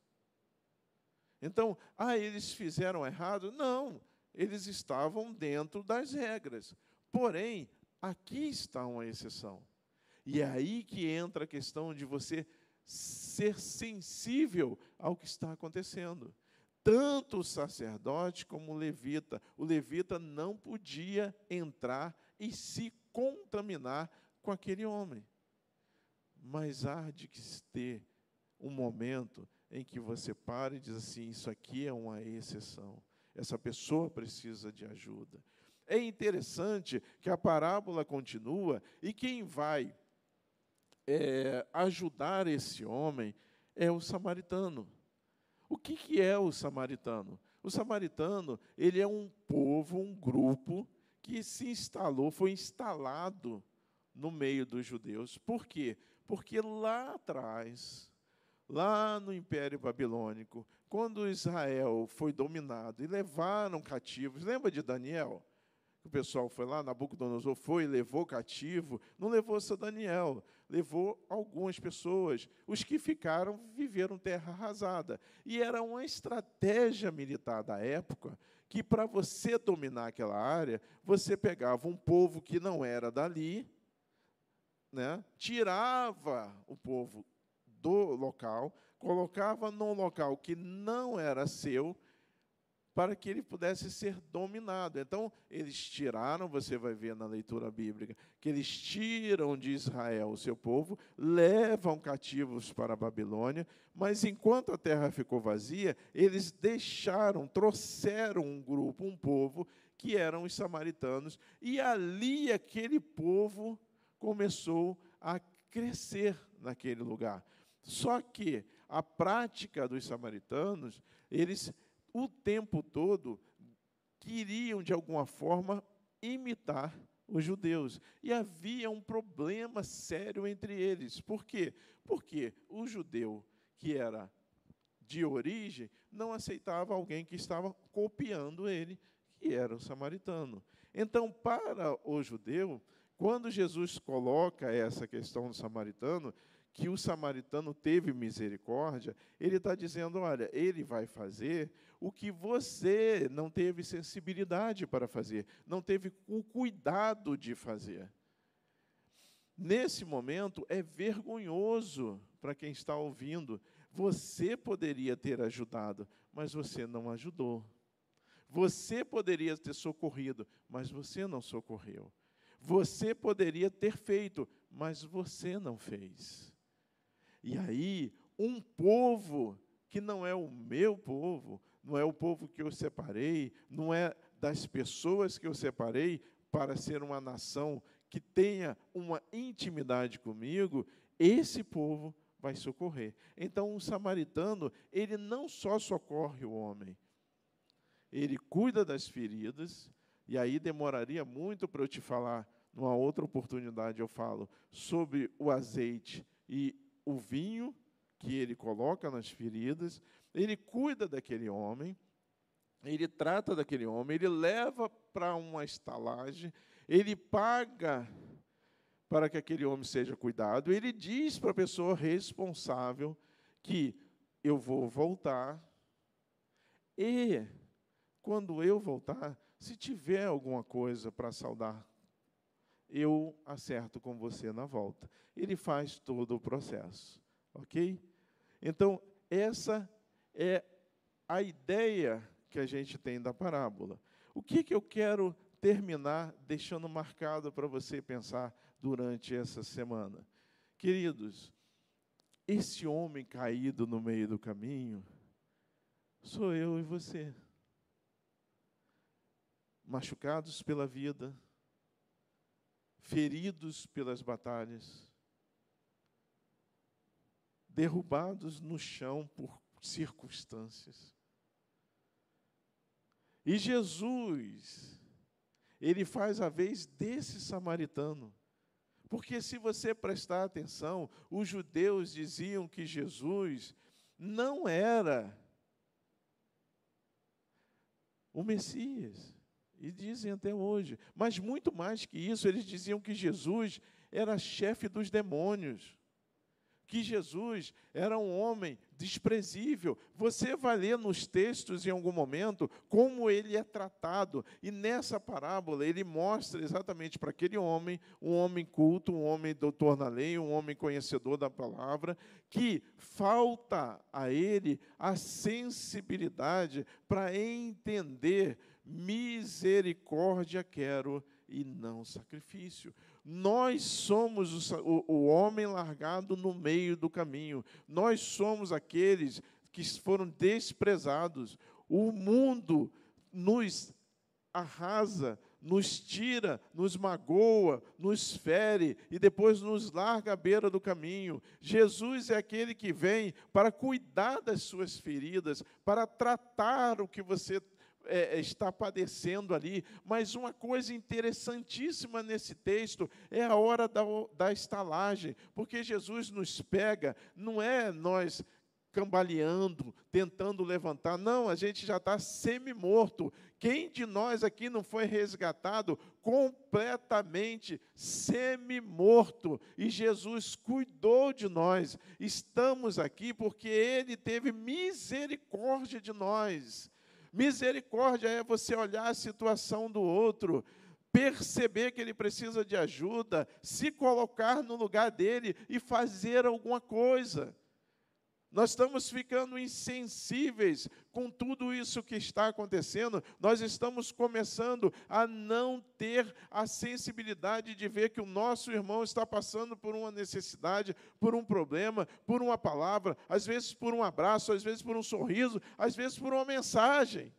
Então, ah, eles fizeram errado? Não, eles estavam dentro das regras. Porém, aqui está uma exceção. E é aí que entra a questão de você ser sensível ao que está acontecendo. Tanto o sacerdote como o levita. O levita não podia entrar e se contaminar com aquele homem. Mas há de ter um momento em que você para e diz assim, isso aqui é uma exceção. Essa pessoa precisa de ajuda. É interessante que a parábola continua e quem vai é, ajudar esse homem é o samaritano. O que, que é o samaritano? O samaritano, ele é um povo, um grupo que se instalou, foi instalado no meio dos judeus. Por quê? Porque lá atrás, lá no Império Babilônico, quando Israel foi dominado e levaram cativos, lembra de Daniel? O pessoal foi lá, Nabucodonosor foi e levou cativo, não levou só Daniel, levou algumas pessoas. Os que ficaram viveram terra arrasada. E era uma estratégia militar da época que, para você dominar aquela área, você pegava um povo que não era dali, né, tirava o povo do local, colocava num local que não era seu, para que ele pudesse ser dominado. Então, eles tiraram, você vai ver na leitura bíblica, que eles tiram de Israel o seu povo, levam cativos para a Babilônia, mas enquanto a terra ficou vazia, eles deixaram, trouxeram um grupo, um povo, que eram os samaritanos, e ali aquele povo começou a crescer naquele lugar. Só que a prática dos samaritanos, eles o tempo todo queriam, de alguma forma, imitar os judeus. E havia um problema sério entre eles. Por quê? Porque o judeu, que era de origem, não aceitava alguém que estava copiando ele, que era o samaritano. Então, para o judeu, quando Jesus coloca essa questão do samaritano, que o samaritano teve misericórdia, ele está dizendo, olha, ele vai fazer o que você não teve sensibilidade para fazer, não teve o cuidado de fazer. Nesse momento, é vergonhoso para quem está ouvindo. Você poderia ter ajudado, mas você não ajudou. Você poderia ter socorrido, mas você não socorreu. Você poderia ter feito, mas você não fez. E aí, um povo que não é o meu povo, não é o povo que eu separei, não é das pessoas que eu separei para ser uma nação que tenha uma intimidade comigo, esse povo vai socorrer. Então, o samaritano, ele não só socorre o homem, ele cuida das feridas, e aí demoraria muito para eu te falar, numa outra oportunidade eu falo, sobre o azeite e o vinho que ele coloca nas feridas, ele cuida daquele homem, ele trata daquele homem, ele leva para uma estalagem, ele paga para que aquele homem seja cuidado, ele diz para a pessoa responsável que eu vou voltar, e quando eu voltar, se tiver alguma coisa para saudar, eu acerto com você na volta. Ele faz todo o processo, ok? Então, essa é a ideia que a gente tem da parábola. O que, que eu quero terminar deixando marcado para você pensar durante essa semana? Queridos, esse homem caído no meio do caminho sou eu e você. Machucados pela vida, feridos pelas batalhas, derrubados no chão por circunstâncias. E Jesus, ele faz a vez desse samaritano. Porque se você prestar atenção, os judeus diziam que Jesus não era o Messias. E dizem até hoje. Mas muito mais que isso, eles diziam que Jesus era chefe dos demônios. Que Jesus era um homem desprezível. Você vai ler nos textos, em algum momento, como ele é tratado. E nessa parábola, ele mostra exatamente para aquele homem, um homem culto, um homem doutor na lei, um homem conhecedor da palavra, que falta a ele a sensibilidade para entender: misericórdia quero e não sacrifício. Nós somos o, o, o homem largado no meio do caminho. Nós somos aqueles que foram desprezados. O mundo nos arrasa, nos tira, nos magoa, nos fere e depois nos larga à beira do caminho. Jesus é aquele que vem para cuidar das suas feridas, para tratar o que você É, está padecendo ali. Mas uma coisa interessantíssima nesse texto é a hora da, da estalagem, porque Jesus nos pega, não é nós cambaleando, tentando levantar, não, a gente já está semi-morto. Quem de nós aqui não foi resgatado completamente semi-morto? E Jesus cuidou de nós. Estamos aqui porque Ele teve misericórdia de nós. Misericórdia é você olhar a situação do outro, perceber que ele precisa de ajuda, se colocar no lugar dele e fazer alguma coisa. Nós estamos ficando insensíveis com tudo isso que está acontecendo. Nós estamos começando a não ter a sensibilidade de ver que o nosso irmão está passando por uma necessidade, por um problema, por uma palavra, às vezes por um abraço, às vezes por um sorriso, às vezes por uma mensagem.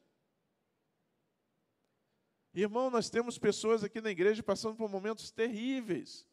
Irmão, nós temos pessoas aqui na igreja passando por momentos terríveis,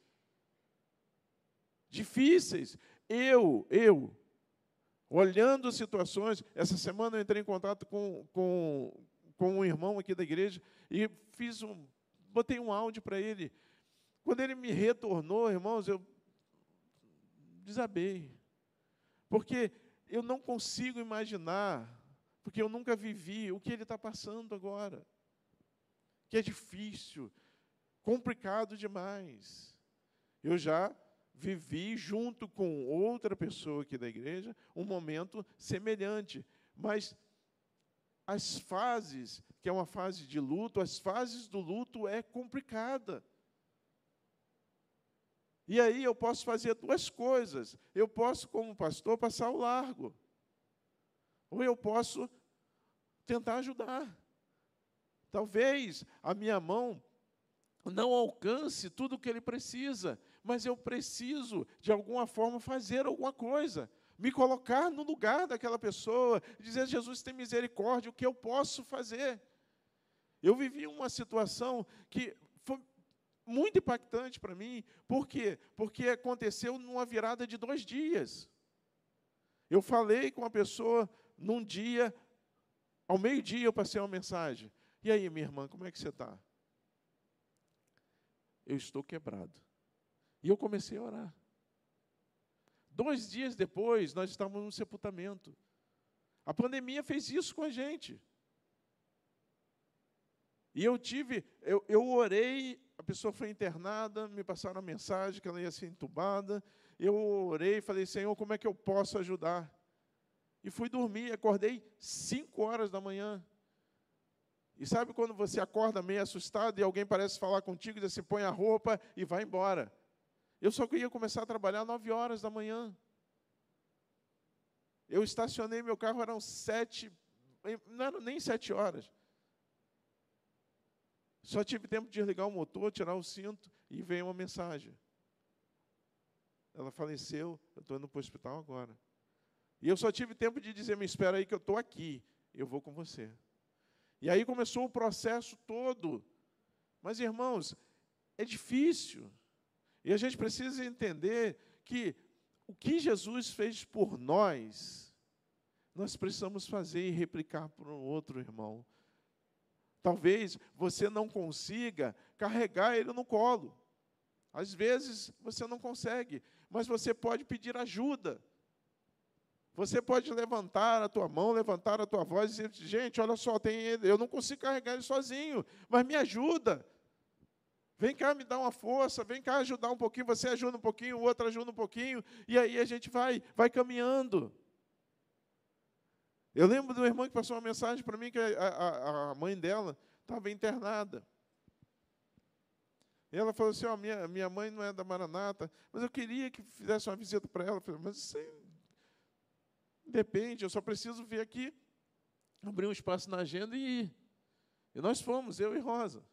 difíceis. Eu, eu... Olhando situações, essa semana eu entrei em contato com, com, com um irmão aqui da igreja e fiz um, botei um áudio para ele. Quando ele me retornou, irmãos, eu desabei. Porque eu não consigo imaginar, porque eu nunca vivi o que ele está passando agora. Que é difícil, complicado demais. Eu já vivi, junto com outra pessoa aqui da igreja, um momento semelhante. Mas as fases, que é uma fase de luto, as fases do luto é complicada. E aí eu posso fazer duas coisas. Eu posso, como pastor, passar ao largo. Ou eu posso tentar ajudar. Talvez a minha mão não alcance tudo o que ele precisa, mas eu preciso, de alguma forma, fazer alguma coisa. Me colocar no lugar daquela pessoa, dizer: Jesus, tem misericórdia, o que eu posso fazer? Eu vivi uma situação que foi muito impactante para mim. Por quê? Porque aconteceu numa virada de dois dias. Eu falei com a pessoa num dia, ao meio-dia eu passei uma mensagem. E aí, minha irmã, como é que você está? Eu estou quebrado. E eu comecei a orar. Dois dias depois, nós estávamos no sepultamento. A pandemia fez isso com a gente. E eu tive, eu, eu orei, a pessoa foi internada, me passaram a mensagem que ela ia ser entubada. Eu orei e falei, Senhor, como é que eu posso ajudar? E fui dormir, acordei cinco horas da manhã. E sabe quando você acorda meio assustado e alguém parece falar contigo e diz assim, põe a roupa e vai embora. Eu só queria começar a trabalhar nove horas da manhã. Eu estacionei meu carro, eram sete, não eram nem sete horas. Só tive tempo de desligar o motor, tirar o cinto, e veio uma mensagem. Ela faleceu, eu estou indo para o hospital agora. E eu só tive tempo de dizer, me espera aí que eu estou aqui, eu vou com você. E aí começou o processo todo. Mas, irmãos, é difícil. E a gente precisa entender que o que Jesus fez por nós, nós precisamos fazer e replicar para um outro irmão. Talvez você não consiga carregar ele no colo. Às vezes você não consegue, mas você pode pedir ajuda. Você pode levantar a tua mão, levantar a tua voz e dizer, gente, olha só, tem ele, eu não consigo carregar ele sozinho, mas me ajuda. Vem cá me dar uma força, vem cá ajudar um pouquinho, você ajuda um pouquinho, o outro ajuda um pouquinho, e aí a gente vai, vai caminhando. Eu lembro do irmão que passou uma mensagem para mim que a, a, a mãe dela estava internada. E ela falou assim, ó, minha, minha mãe não é da Maranata, mas eu queria que fizesse uma visita para ela. Eu falei, mas isso aí depende, eu só preciso vir aqui, abrir um espaço na agenda e ir. E nós fomos, eu e Rosa.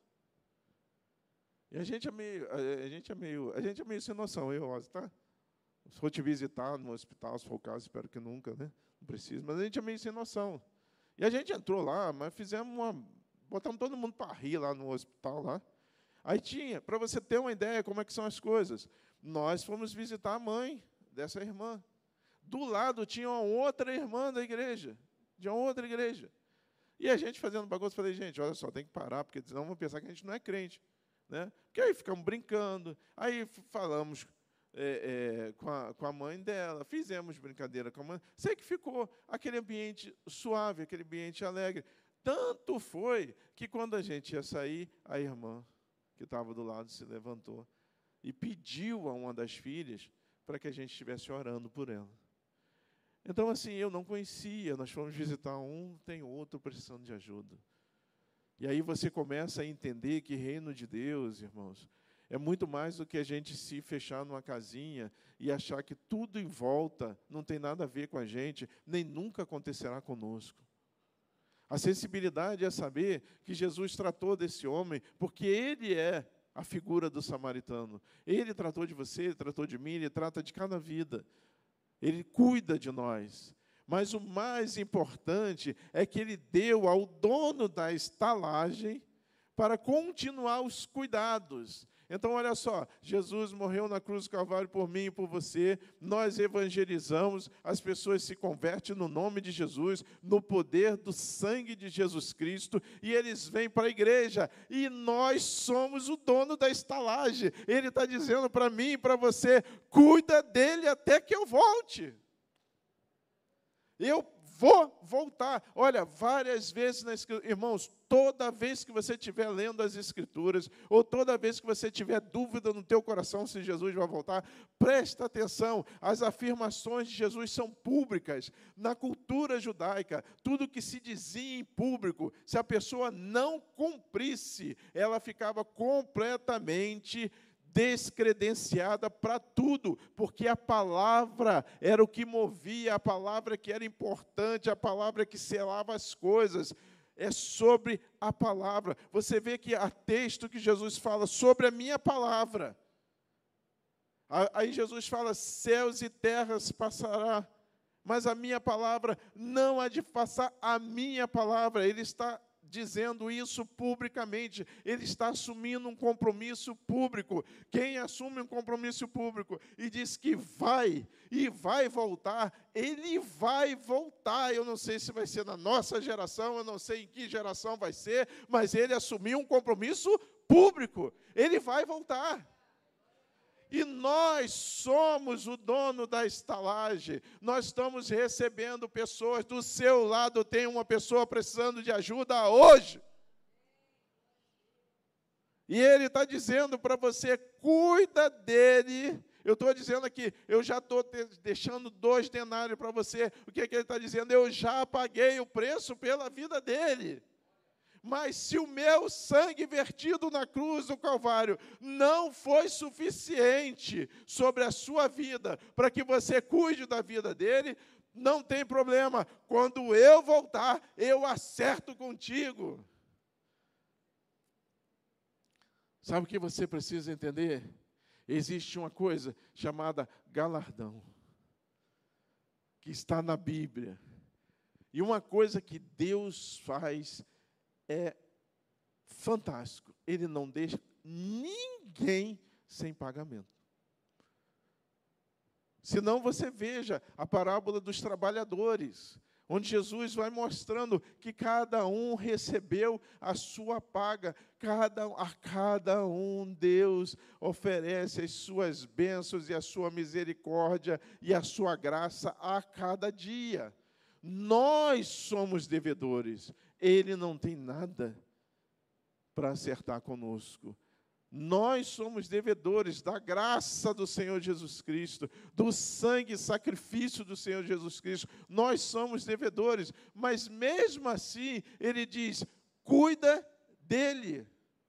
E a gente é meio, a gente é meio, a gente é meio sem noção, eu e Rosa, tá? Se for te visitar no hospital, se for o caso, espero que nunca, né? Não precisa, mas a gente é meio sem noção. E a gente entrou lá, mas fizemos uma, botamos todo mundo para rir lá no hospital lá. Aí tinha, para você ter uma ideia como é que são as coisas, nós fomos visitar a mãe dessa irmã. Do lado tinha uma outra irmã da igreja, de uma outra igreja. E a gente fazendo bagunça, falei, gente, olha só, tem que parar, porque senão vão pensar que a gente não é crente. Né? Porque aí ficamos brincando, aí falamos é, é, com, a, com a mãe dela, fizemos brincadeira com a mãe. Sei que ficou aquele ambiente suave, aquele ambiente alegre. Tanto foi que quando a gente ia sair, a irmã que estava do lado se levantou e pediu a uma das filhas para que a gente estivesse orando por ela. Então, assim, eu não conhecia, nós fomos visitar um, tem outro precisando de ajuda. E aí você começa a entender que reino de Deus, irmãos, é muito mais do que a gente se fechar numa casinha e achar que tudo em volta não tem nada a ver com a gente, nem nunca acontecerá conosco. A sensibilidade é saber que Jesus tratou desse homem, porque ele é a figura do samaritano. Ele tratou de você, ele tratou de mim, ele trata de cada vida. Ele cuida de nós. Mas o mais importante é que ele deu ao dono da estalagem para continuar os cuidados. Então, olha só, Jesus morreu na cruz do Calvário por mim e por você, nós evangelizamos, as pessoas se convertem no nome de Jesus, no poder do sangue de Jesus Cristo, e eles vêm para a igreja, e nós somos o dono da estalagem. Ele está dizendo para mim e para você, cuida dele até que eu volte. Eu vou voltar. Olha, várias vezes na Escritura, irmãos, toda vez que você estiver lendo as Escrituras, ou toda vez que você tiver dúvida no teu coração se Jesus vai voltar, presta atenção, as afirmações de Jesus são públicas. Na cultura judaica, tudo que se dizia em público, se a pessoa não cumprisse, ela ficava completamente descredenciada para tudo, porque a palavra era o que movia, a palavra que era importante, a palavra que selava as coisas. É sobre a palavra. Você vê que há texto que Jesus fala sobre a minha palavra. Aí Jesus fala, céus e terras passará, mas a minha palavra não há de passar. A minha palavra, ele está dizendo isso publicamente, ele está assumindo um compromisso público. Quem assume um compromisso público e diz que vai, e vai voltar, ele vai voltar. Eu não sei se vai ser na nossa geração, eu não sei em que geração vai ser, mas ele assumiu um compromisso público, ele vai voltar. E nós somos o dono da estalagem. Nós estamos recebendo pessoas. Do seu lado tem uma pessoa precisando de ajuda hoje. E Ele está dizendo para você, cuida dele. Eu estou dizendo aqui, eu já estou deixando dois denários para você. O que, é que Ele está dizendo? Eu já paguei o preço pela vida dele. Mas se o meu sangue vertido na cruz do Calvário não foi suficiente sobre a sua vida para que você cuide da vida dele, não tem problema. Quando eu voltar, eu acerto contigo. Sabe o que você precisa entender? Existe uma coisa chamada galardão, que está na Bíblia. E uma coisa que Deus faz é fantástico. Ele não deixa ninguém sem pagamento. Senão você veja a parábola dos trabalhadores, onde Jesus vai mostrando que cada um recebeu a sua paga, cada, a cada um Deus oferece as suas bênçãos e a sua misericórdia e a sua graça a cada dia. Nós somos devedores. Ele não tem nada para acertar conosco. Nós somos devedores da graça do Senhor Jesus Cristo, do sangue e sacrifício do Senhor Jesus Cristo. Nós somos devedores, mas mesmo assim, Ele diz, cuida dele.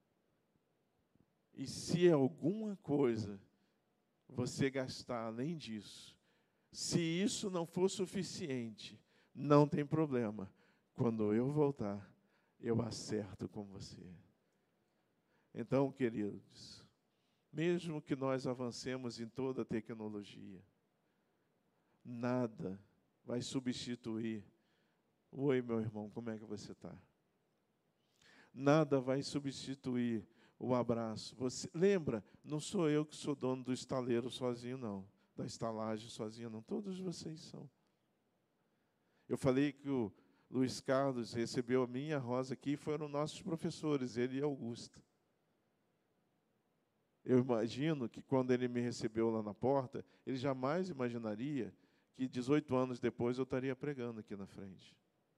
E se alguma coisa você gastar além disso, se isso não for suficiente, não tem problema. Quando eu voltar, eu acerto com você. Então, queridos, mesmo que nós avancemos em toda a tecnologia, nada vai substituir. Oi, meu irmão, como é que você está? Nada vai substituir o abraço. Você lembra? Não sou eu que sou dono do estaleiro sozinho, não. Da estalagem sozinho, não. Todos vocês são. Eu falei que o Luiz Carlos recebeu a minha Rosa aqui, foram nossos professores, ele e Augusta. Eu imagino que quando ele me recebeu lá na porta, ele jamais imaginaria que dezoito anos depois eu estaria pregando aqui na frente.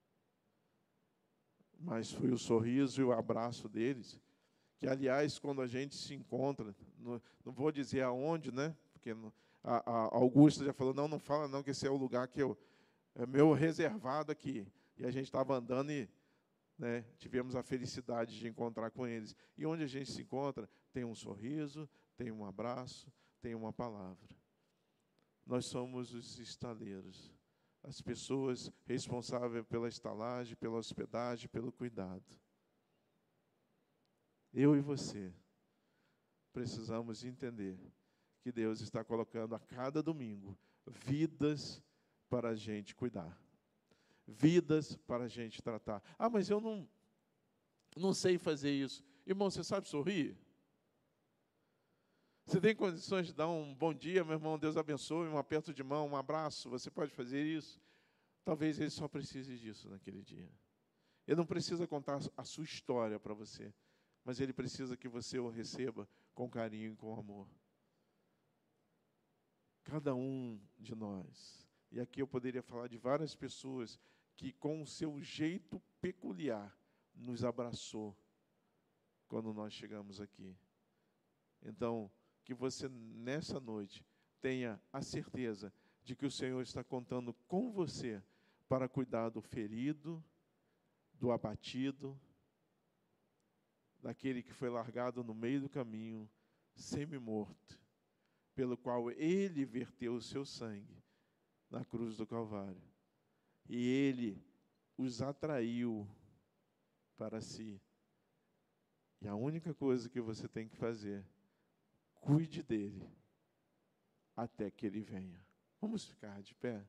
Mas foi o sorriso e o abraço deles, que, aliás, quando a gente se encontra, no, não vou dizer aonde, né? Porque no, a, a Augusta já falou, não, não fala não, que esse é o lugar que eu, é meu reservado aqui. E a gente estava andando e, né, tivemos a felicidade de encontrar com eles. E onde a gente se encontra, tem um sorriso, tem um abraço, tem uma palavra. Nós somos os estaleiros, as pessoas responsáveis pela estalagem, pela hospedagem, pelo cuidado. Eu e você precisamos entender que Deus está colocando a cada domingo vidas para a gente cuidar. Vidas para a gente tratar. Ah, mas eu não, não sei fazer isso. Irmão, você sabe sorrir? Você tem condições de dar um bom dia, meu irmão, Deus abençoe, um aperto de mão, um abraço, você pode fazer isso? Talvez ele só precise disso naquele dia. Ele não precisa contar a sua história para você, mas ele precisa que você o receba com carinho e com amor. Cada um de nós. E aqui eu poderia falar de várias pessoas que, com o seu jeito peculiar, nos abraçou quando nós chegamos aqui. Então, que você, nessa noite, tenha a certeza de que o Senhor está contando com você para cuidar do ferido, do abatido, daquele que foi largado no meio do caminho, semi-morto, pelo qual Ele verteu o seu sangue na cruz do Calvário. E Ele os atraiu para si. E a única coisa que você tem que fazer, cuide dele até que ele venha. Vamos ficar de pé?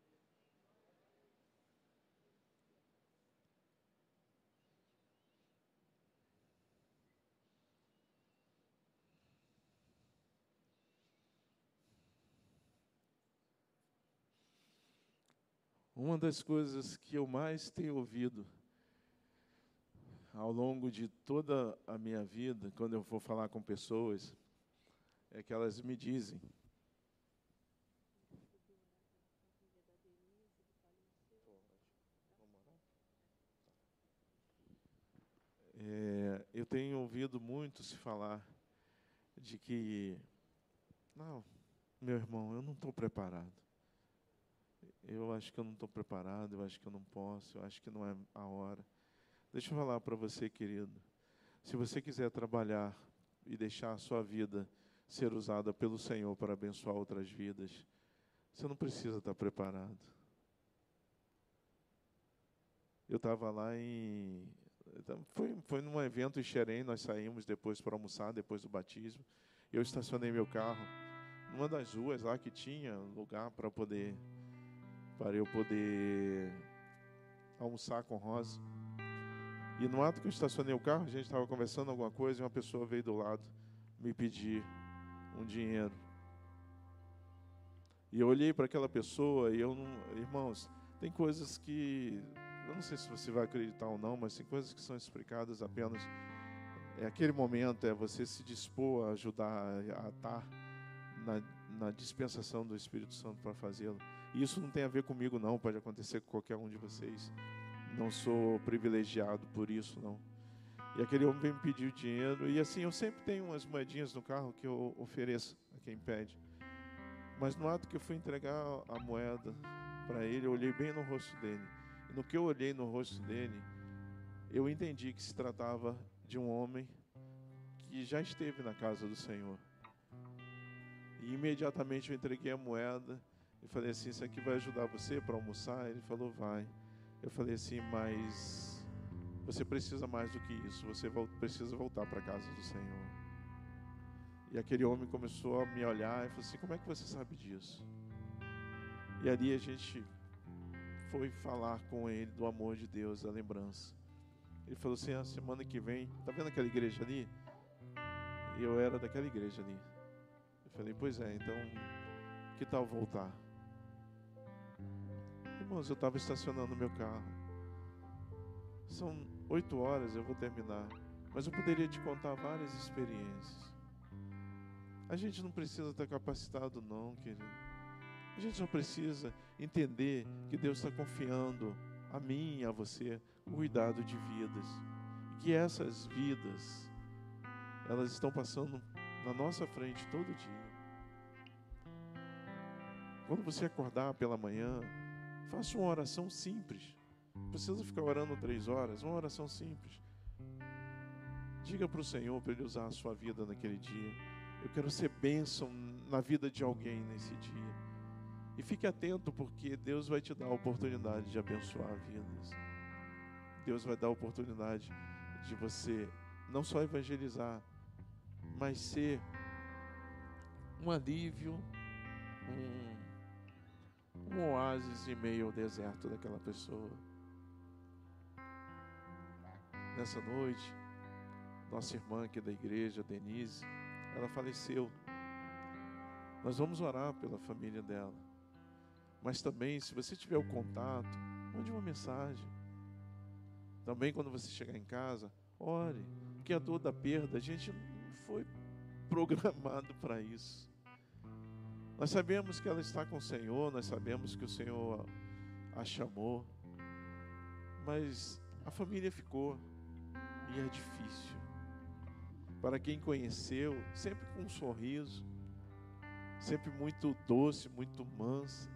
Uma das coisas que eu mais tenho ouvido ao longo de toda a minha vida, quando eu vou falar com pessoas, é que elas me dizem. É, eu tenho ouvido muito se falar de que, não, meu irmão, eu não estou preparado. Eu acho que eu não estou preparado, eu acho que eu não posso, eu acho que não é a hora. Deixa eu falar para você, querido. Se você quiser trabalhar e deixar a sua vida ser usada pelo Senhor para abençoar outras vidas, você não precisa estar preparado. Eu estava lá em... Foi, foi num evento em Xerém, nós saímos depois para almoçar, depois do batismo. Eu estacionei meu carro numa das ruas lá que tinha lugar para poder... para eu poder almoçar com Rosa. E no ato que eu estacionei o carro, a gente estava conversando alguma coisa e uma pessoa veio do lado me pedir um dinheiro. E eu olhei para aquela pessoa e eu não... Irmãos, tem coisas que... Eu não sei se você vai acreditar ou não, mas tem coisas que são explicadas apenas... É aquele momento, é você se dispor a ajudar, a estar na, na dispensação do Espírito Santo para fazê-lo. E isso não tem a ver comigo, não. Pode acontecer com qualquer um de vocês. Não sou privilegiado por isso, não. E aquele homem veio me pedir o dinheiro. E assim, eu sempre tenho umas moedinhas no carro que eu ofereço a quem pede. Mas no ato que eu fui entregar a moeda para ele, eu olhei bem no rosto dele. E no que eu olhei no rosto dele, eu entendi que se tratava de um homem que já esteve na casa do Senhor. E imediatamente eu entreguei a moeda e falei assim, isso aqui vai ajudar você para almoçar? Ele falou, vai. Eu falei assim, mas você precisa mais do que isso, você precisa voltar para a casa do Senhor. E aquele homem começou a me olhar e falou assim, como é que você sabe disso? E ali a gente foi falar com ele do amor de Deus, da lembrança. Ele falou assim, a semana que vem, tá vendo aquela igreja ali? E eu era daquela igreja ali. Eu falei, pois é, então, que tal voltar? Irmãos, eu estava estacionando meu carro. São oito horas, eu vou terminar. Mas eu poderia te contar várias experiências. A gente não precisa estar capacitado, não, querido. A gente só precisa entender que Deus está confiando a mim e a você o cuidado de vidas. Que essas vidas, elas estão passando na nossa frente todo dia. Quando você acordar pela manhã, faça uma oração simples. Não precisa ficar orando três horas, uma oração simples. Diga para o Senhor para Ele usar a sua vida naquele dia. Eu quero ser bênção na vida de alguém nesse dia. E fique atento, porque Deus vai te dar a oportunidade de abençoar vidas. Deus vai dar a oportunidade de você não só evangelizar, mas ser um alívio, um, um oásis em meio ao deserto daquela pessoa. Nessa noite, nossa irmã aqui da igreja, Denise, ela faleceu. Nós vamos orar pela família dela. Mas também, se você tiver o contato, mande uma mensagem. Também, quando você chegar em casa, ore. Porque a dor da perda, a gente não foi programado para isso. Nós sabemos que ela está com o Senhor, nós sabemos que o Senhor a chamou. Mas a família ficou. E é difícil. Para quem conheceu, sempre com um sorriso, sempre muito doce, muito mansa.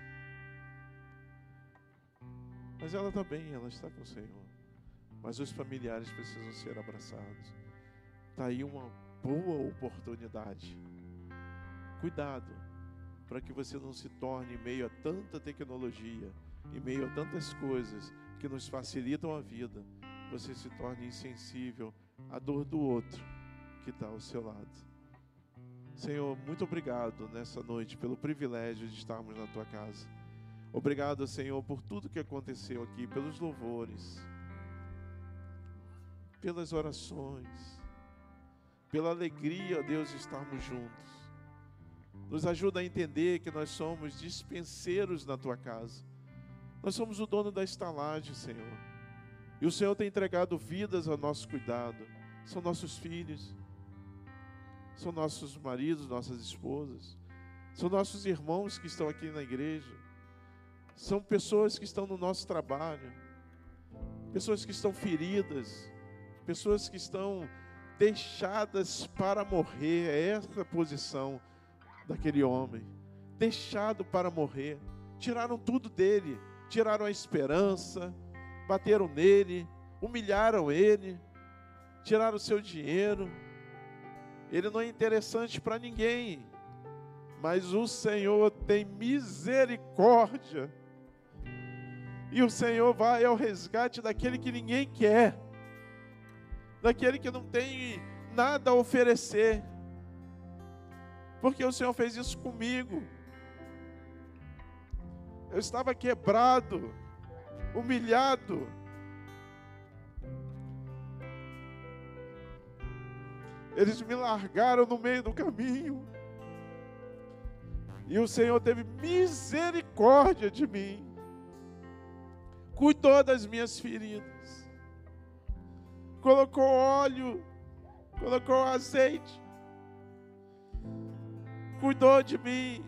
Mas ela está bem, ela está com o Senhor. Mas os familiares precisam ser abraçados. Está aí uma boa oportunidade. Cuidado, para que você não se torne, em meio a tanta tecnologia, em meio a tantas coisas que nos facilitam a vida, você se torne insensível à dor do outro que está ao seu lado. Senhor, muito obrigado nessa noite pelo privilégio de estarmos na Tua casa. Obrigado, Senhor, por tudo que aconteceu aqui, pelos louvores, pelas orações, pela alegria, Deus, de estarmos juntos. Nos ajuda a entender que nós somos dispenseiros na Tua casa. Nós somos o dono da estalagem, Senhor. E o Senhor tem entregado vidas ao nosso cuidado. São nossos filhos. são nossos maridos, nossas esposas, são nossos irmãos que estão aqui na igreja, são pessoas que estão no nosso trabalho, pessoas que estão feridas, pessoas que estão deixadas para morrer. É essa a posição daquele homem, deixado para morrer. Tiraram tudo dele, tiraram a esperança, bateram nele, humilharam ele, tiraram o seu dinheiro. Ele não é interessante para ninguém, mas o Senhor tem misericórdia, e o Senhor vai ao resgate daquele que ninguém quer, daquele que não tem nada a oferecer, porque o Senhor fez isso comigo. Eu estava quebrado, humilhado, eles me largaram no meio do caminho, e o Senhor teve misericórdia de mim, cuidou das minhas feridas, colocou óleo, colocou azeite, cuidou de mim,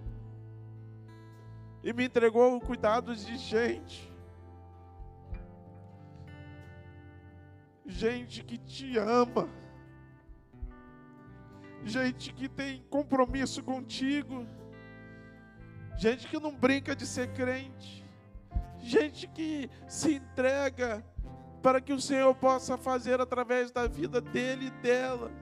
e me entregou cuidados de gente, gente que te ama, gente que tem compromisso contigo, gente que não brinca de ser crente, gente que se entrega para que o Senhor possa fazer através da vida dele e dela,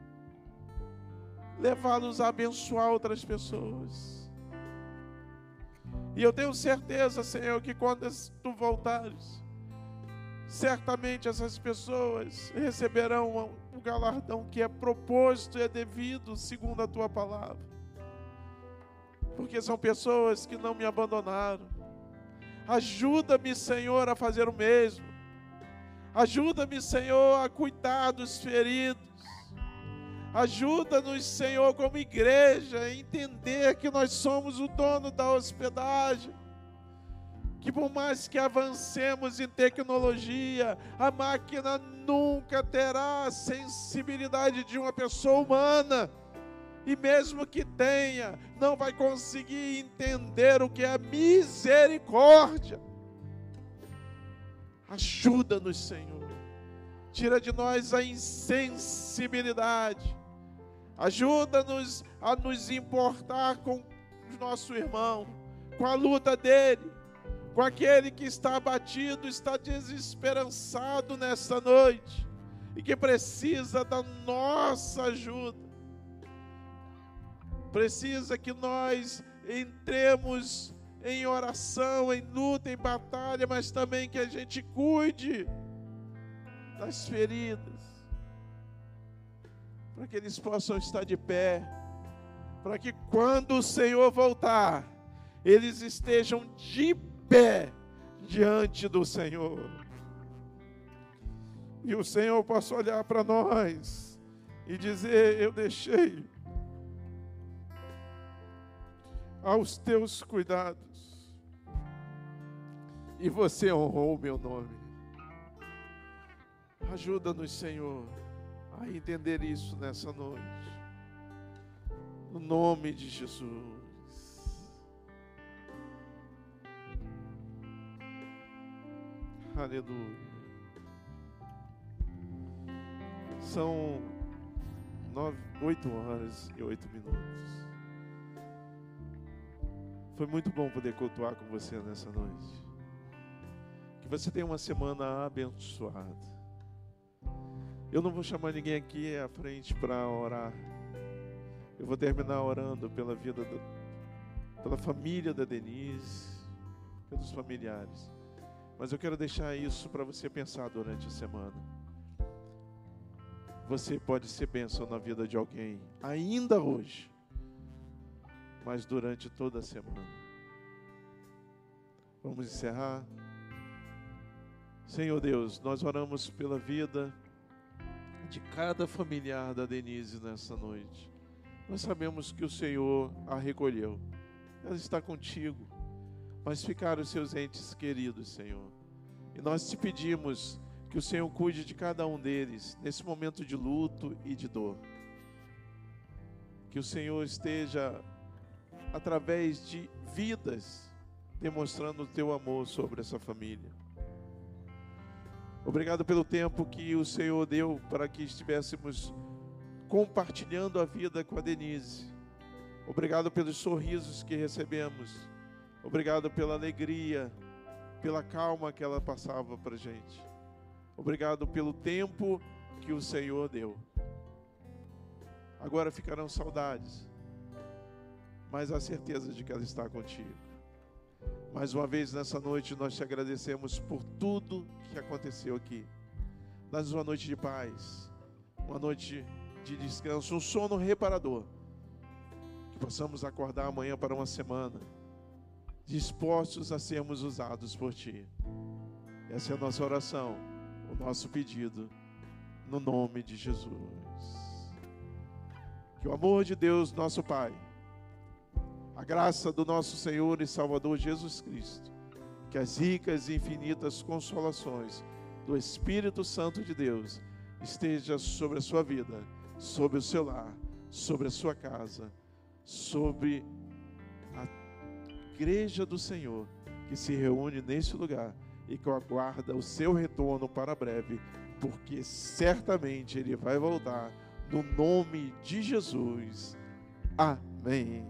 levá-los a abençoar outras pessoas. E eu tenho certeza, Senhor, que quando tu voltares, certamente essas pessoas receberão o galardão que é proposto e é devido segundo a tua palavra, porque são pessoas que não me abandonaram. Ajuda-me, Senhor, a fazer o mesmo. Ajuda-me, Senhor, a cuidar dos feridos. Ajuda-nos, Senhor, como igreja, a entender que nós somos o dono da hospedagem, que por mais que avancemos em tecnologia, a máquina nunca terá a sensibilidade de uma pessoa humana, e mesmo que tenha, não vai conseguir entender o que é misericórdia. Ajuda-nos, Senhor, tira de nós a insensibilidade, ajuda-nos a nos importar com o nosso irmão, com a luta dele, com aquele que está abatido, está desesperançado nesta noite e que precisa da nossa ajuda. Precisa que nós entremos em oração, em luta, em batalha, mas também que a gente cuide das feridas, para que eles possam estar de pé, para que quando o Senhor voltar, eles estejam de pé diante do Senhor, e o Senhor possa olhar para nós e dizer: eu deixei aos teus cuidados, e você honrou o meu nome. Ajuda-nos, Senhor, a entender isso nessa noite, no nome de Jesus. Aleluia. São nove, oito horas e oito minutos. Foi muito bom poder cultuar com você nessa noite. Que você tenha uma semana abençoada. Eu não vou chamar ninguém aqui à frente para orar. Eu vou terminar orando pela vida, do, pela família da Denise, pelos familiares. Mas eu quero deixar isso para você pensar durante a semana. Você pode ser bênção na vida de alguém, ainda hoje, mas durante toda a semana. Vamos encerrar. Senhor Deus, nós oramos pela vida de cada familiar da Denise nessa noite. Nós sabemos que o Senhor a recolheu. Ela está contigo. Mas ficaram os seus entes queridos, Senhor. E nós te pedimos que o Senhor cuide de cada um deles nesse momento de luto e de dor. Que o Senhor esteja, através de vidas, demonstrando o teu amor sobre essa família. Obrigado pelo tempo que o Senhor deu para que estivéssemos compartilhando a vida com a Denise. Obrigado pelos sorrisos que recebemos. Obrigado pela alegria, pela calma que ela passava para a gente. Obrigado pelo tempo que o Senhor deu. Agora ficarão saudades, mas a certeza de que ela está contigo. Mais uma vez nessa noite nós te agradecemos por tudo que aconteceu aqui. Dá-nos uma noite de paz, uma noite de descanso, um sono reparador. Que possamos acordar amanhã para uma semana, dispostos a sermos usados por Ti. Essa é a nossa oração, o nosso pedido, no nome de Jesus. Que o amor de Deus, nosso Pai, a graça do nosso Senhor e Salvador Jesus Cristo, que as ricas e infinitas consolações do Espírito Santo de Deus esteja sobre a sua vida, sobre o seu lar, sobre a sua casa, sobre a igreja do Senhor que se reúne neste lugar e que aguarda o seu retorno para breve, porque certamente Ele vai voltar no nome de Jesus. Amém.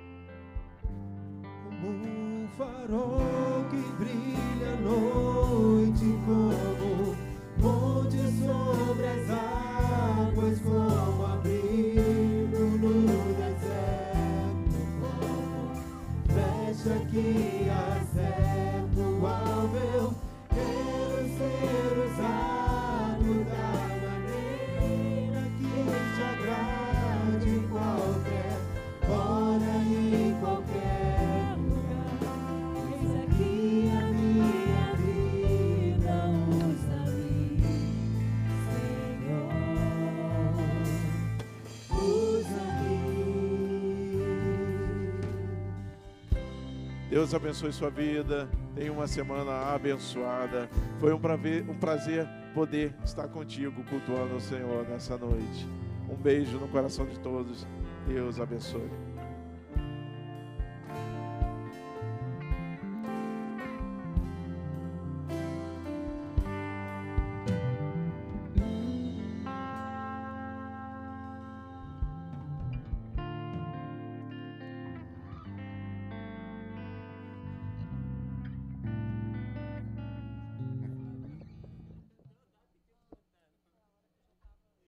Um farol que brilha à noite, como monte sobre as águas, como abrigo no deserto, como flecha que acerta o alvo. Eu quero ser usado da maneira que te agrade, em qualquer hora e em qualquer lugar. Eis aqui a minha vida, usa-me, Senhor, usa-me. Deus abençoe sua vida. Tenha uma semana abençoada. Foi um prazer, um prazer poder estar contigo, cultuando o Senhor nessa noite. Um beijo no coração de todos. Deus abençoe.